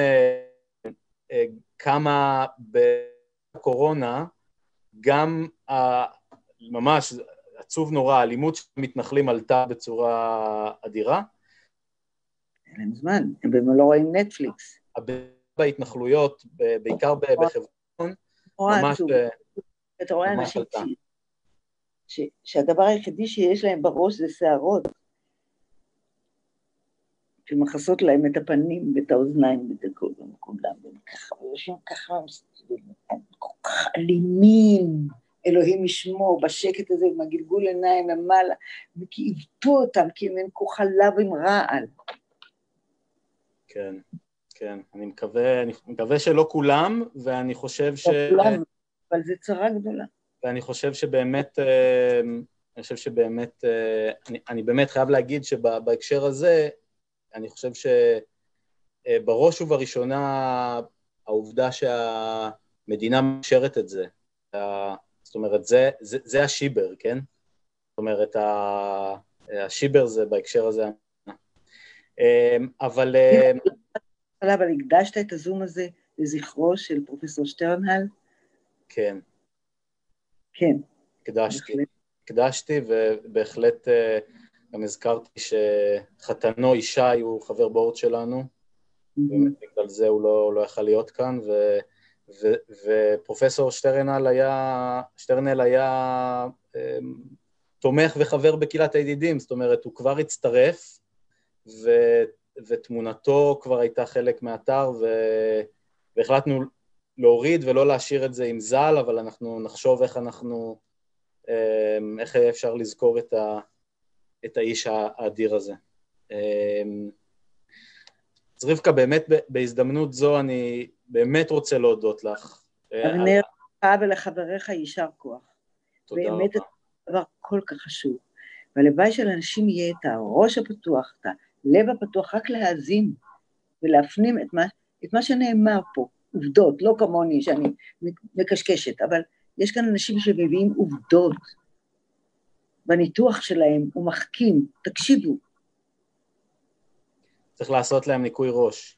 כמה בקורונה, גם ממש עצוב נורא, האלימות שמתנחלים עלתה בצורה אדירה. אין להם זמן, הם לא רואים נטפליקס. בהתנחלויות, בעיקר בחברון, ממש אתה רואה אנשים שהדבר היחידי שיש להם בראש זה שערות, שמחסות להם את הפנים ואת האוזניים ואת כולם, ויושבים ככה, הם כל כך אלימים, אלוהים ישמור, בשקט הזה, עם הגלגול עיניים למעלה, וכי עיוותו אותם, כי הם כוחלה ועם רעל. כן, כן, אני מקווה שלא כולם, ואני חושב כולם, אבל זה צרה גדולה. ואני חושב שבאמת, אני באמת חייב להגיד שבהקשר הזה, אני חושב שבראש ובראשונה העובדה שהמדינה מאשרת את זה, זאת אומרת, זה השיבר, כן? זאת אומרת, השיבר זה בהקשר הזה. אבל הקדשת את הזום הזה לזכרו של פרופסור שטרנהל? כן. כן. הקדשתי, ובהחלט גם הזכרתי שחתנו ישי הוא חבר בורד שלנו, ובגלל זה הוא לא יכל להיות כאן, ופרופסור שטרנהל היה תומך וחבר בקהילת הידידים, זאת אומרת, הוא כבר הצטרף, ותמונתו כבר הייתה חלק מהאתר, והחלטנו להוריד ולא להשאיר את זה עם זל, אבל אנחנו נחשוב איך אפשר לזכור את האיש האדיר הזה. אז רבקה, באמת בהזדמנות זו אני באמת רוצה להודות לך. אבנר, ולחבריך יישר כוח. תודה רבה. באמת זה דבר כל כך חשוב. והלוואי שלאנשים יהיה את הראש הפתוח, את הלב הפתוח, רק להאזין ולהפנים את מה שנאמר פה. עובדות, לא כמוני שאני מקשקשת, אבל יש כאן אנשים שמביאים עובדות, בניתוח שלהם הוא מחכים, תקשיבו. צריך לעשות להם ניקוי ראש.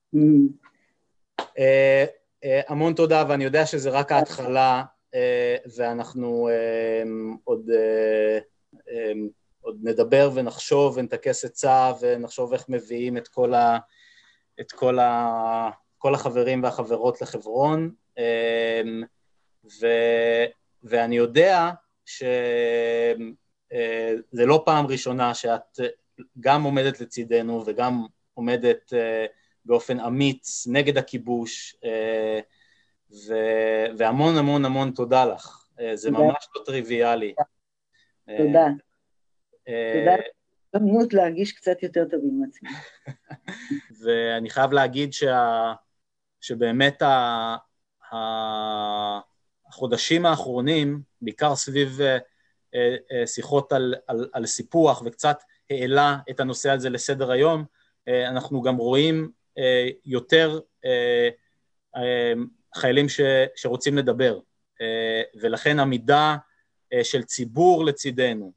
המון תודה, ואני יודע שזה רק ההתחלה, ואנחנו עוד נדבר ונחשוב ונתקס עצה, ונחשוב איך מביאים את כל החברים והחברות לחברון, ואני יודע שזה לא פעם ראשונה שאת גם עומדת לצידנו וגם עומדת באופן אמיץ נגד הכיבוש, והמון המון המון תודה לך, זה ממש לא טריוויאלי. תודה. תודה הזדמנות להרגיש קצת יותר טוב עם עצמי. ואני חייב להגיד שבאמת החודשים האחרונים, בעיקר סביב שיחות על סיפוח וקצת העלה את הנושא הזה לסדר היום, אנחנו גם רואים יותר חיילים שרוצים לדבר, ולכן עמידה של ציבור לצידנו,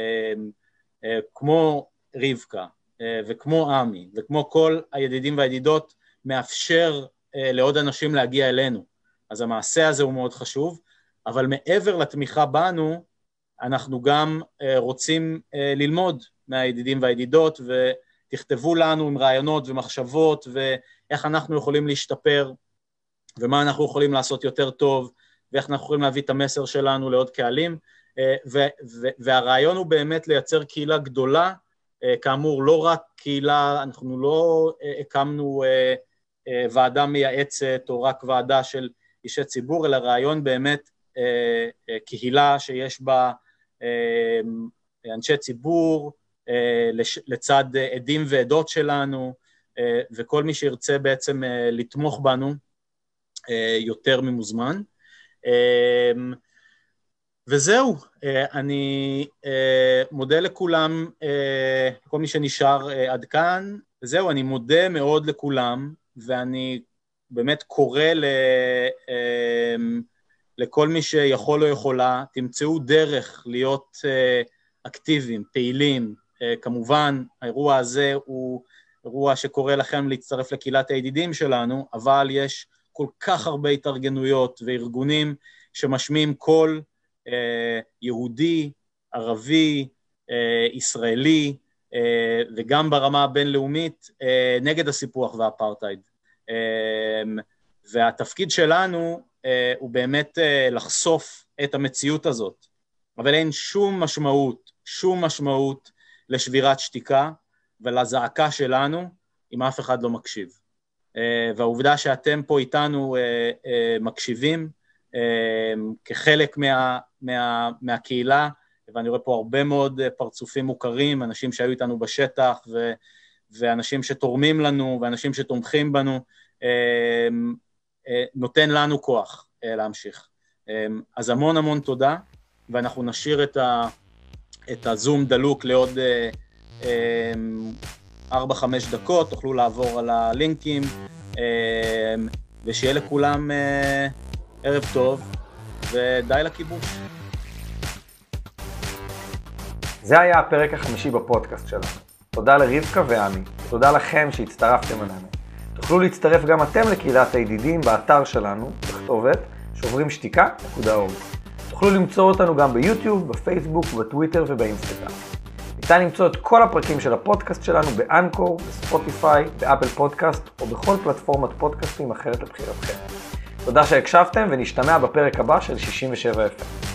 כמו רבקה וכמו עמי וכמו כל הידידים והידידות, מאפשר לעוד אנשים להגיע אלינו. אז המעשה הזה הוא מאוד חשוב, אבל מעבר לתמיכה בנו, אנחנו גם רוצים ללמוד מהידידים והידידות, ותכתבו לנו עם רעיונות ומחשבות, ואיך אנחנו יכולים להשתפר, ומה אנחנו יכולים לעשות יותר טוב, ואיך אנחנו יכולים להביא את המסר שלנו לעוד קהלים, והרעיון הוא באמת לייצר קהילה גדולה, כאמור לא רק קהילה, אנחנו לא הקמנו ועדה מייעצת, או רק ועדה של אישי ציבור, אלא רעיון באמת קהילה שיש בה אנשי ציבור, לצד עדים ועדות שלנו, וכל מי שירצה בעצם לתמוך בנו יותר ממוזמן. וזהו, אני מודה לכולם, כל מי שנשאר עד כאן, וזהו, אני מודה מאוד לכולם, ואני באמת קורא לכל מי שיכול או יכולה, תמצאו דרך להיות אקטיביים, פעילים. כמובן, האירוע הזה הוא אירוע שקורא לכם להצטרף לקהילת הידידים שלנו, אבל יש כל כך הרבה התארגנויות וארגונים שמשמיעים קול יהודי, ערבי, ישראלי, וגם ברמה הבינלאומית, נגד הסיפוח והאפרטהייד. והתפקיד שלנו הוא באמת לחשוף את המציאות הזאת, אבל אין שום משמעות לשבירת שתיקה ולזעקה שלנו אם אף אחד לא מקשיב. והעובדה שאתם פה איתנו מקשיבים כחלק מהקהילה, ואני רואה פה הרבה מאוד פרצופים מוכרים, אנשים שהיו איתנו בשטח, ואנשים שתורמים לנו, ואנשים שתומכים בנו, נותן לנו כוח להמשיך. אז המון המון תודה, ואנחנו נשאיר את הזום דלוק לעוד 4-5 דקות, תוכלו לעבור על הלינקים, ושיהיה לכולם ערב טוב, ודי לכיבוש. זה היה הפרק ה5 בפודקאסט שלנו. תודה לרבקה ועמי, תודה לכם שהצטרפתם אלינו. תוכלו להצטרף גם אתם לקהילת הידידים באתר שלנו, בכתובת שוברימשתיקה.org. תוכלו למצוא אותנו גם ביוטיוב, בפייסבוק, בטוויטר ובאינסטגרם. ניתן למצוא את כל הפרקים של הפודקאסט שלנו באנקור, בספוטיפיי, באפל פודקאסט או בכל פלטפורמת פודקאסטים אחרת לבחירתכם. תודה שהקשבתם ונשתמע בפרק הבא של 67 FM.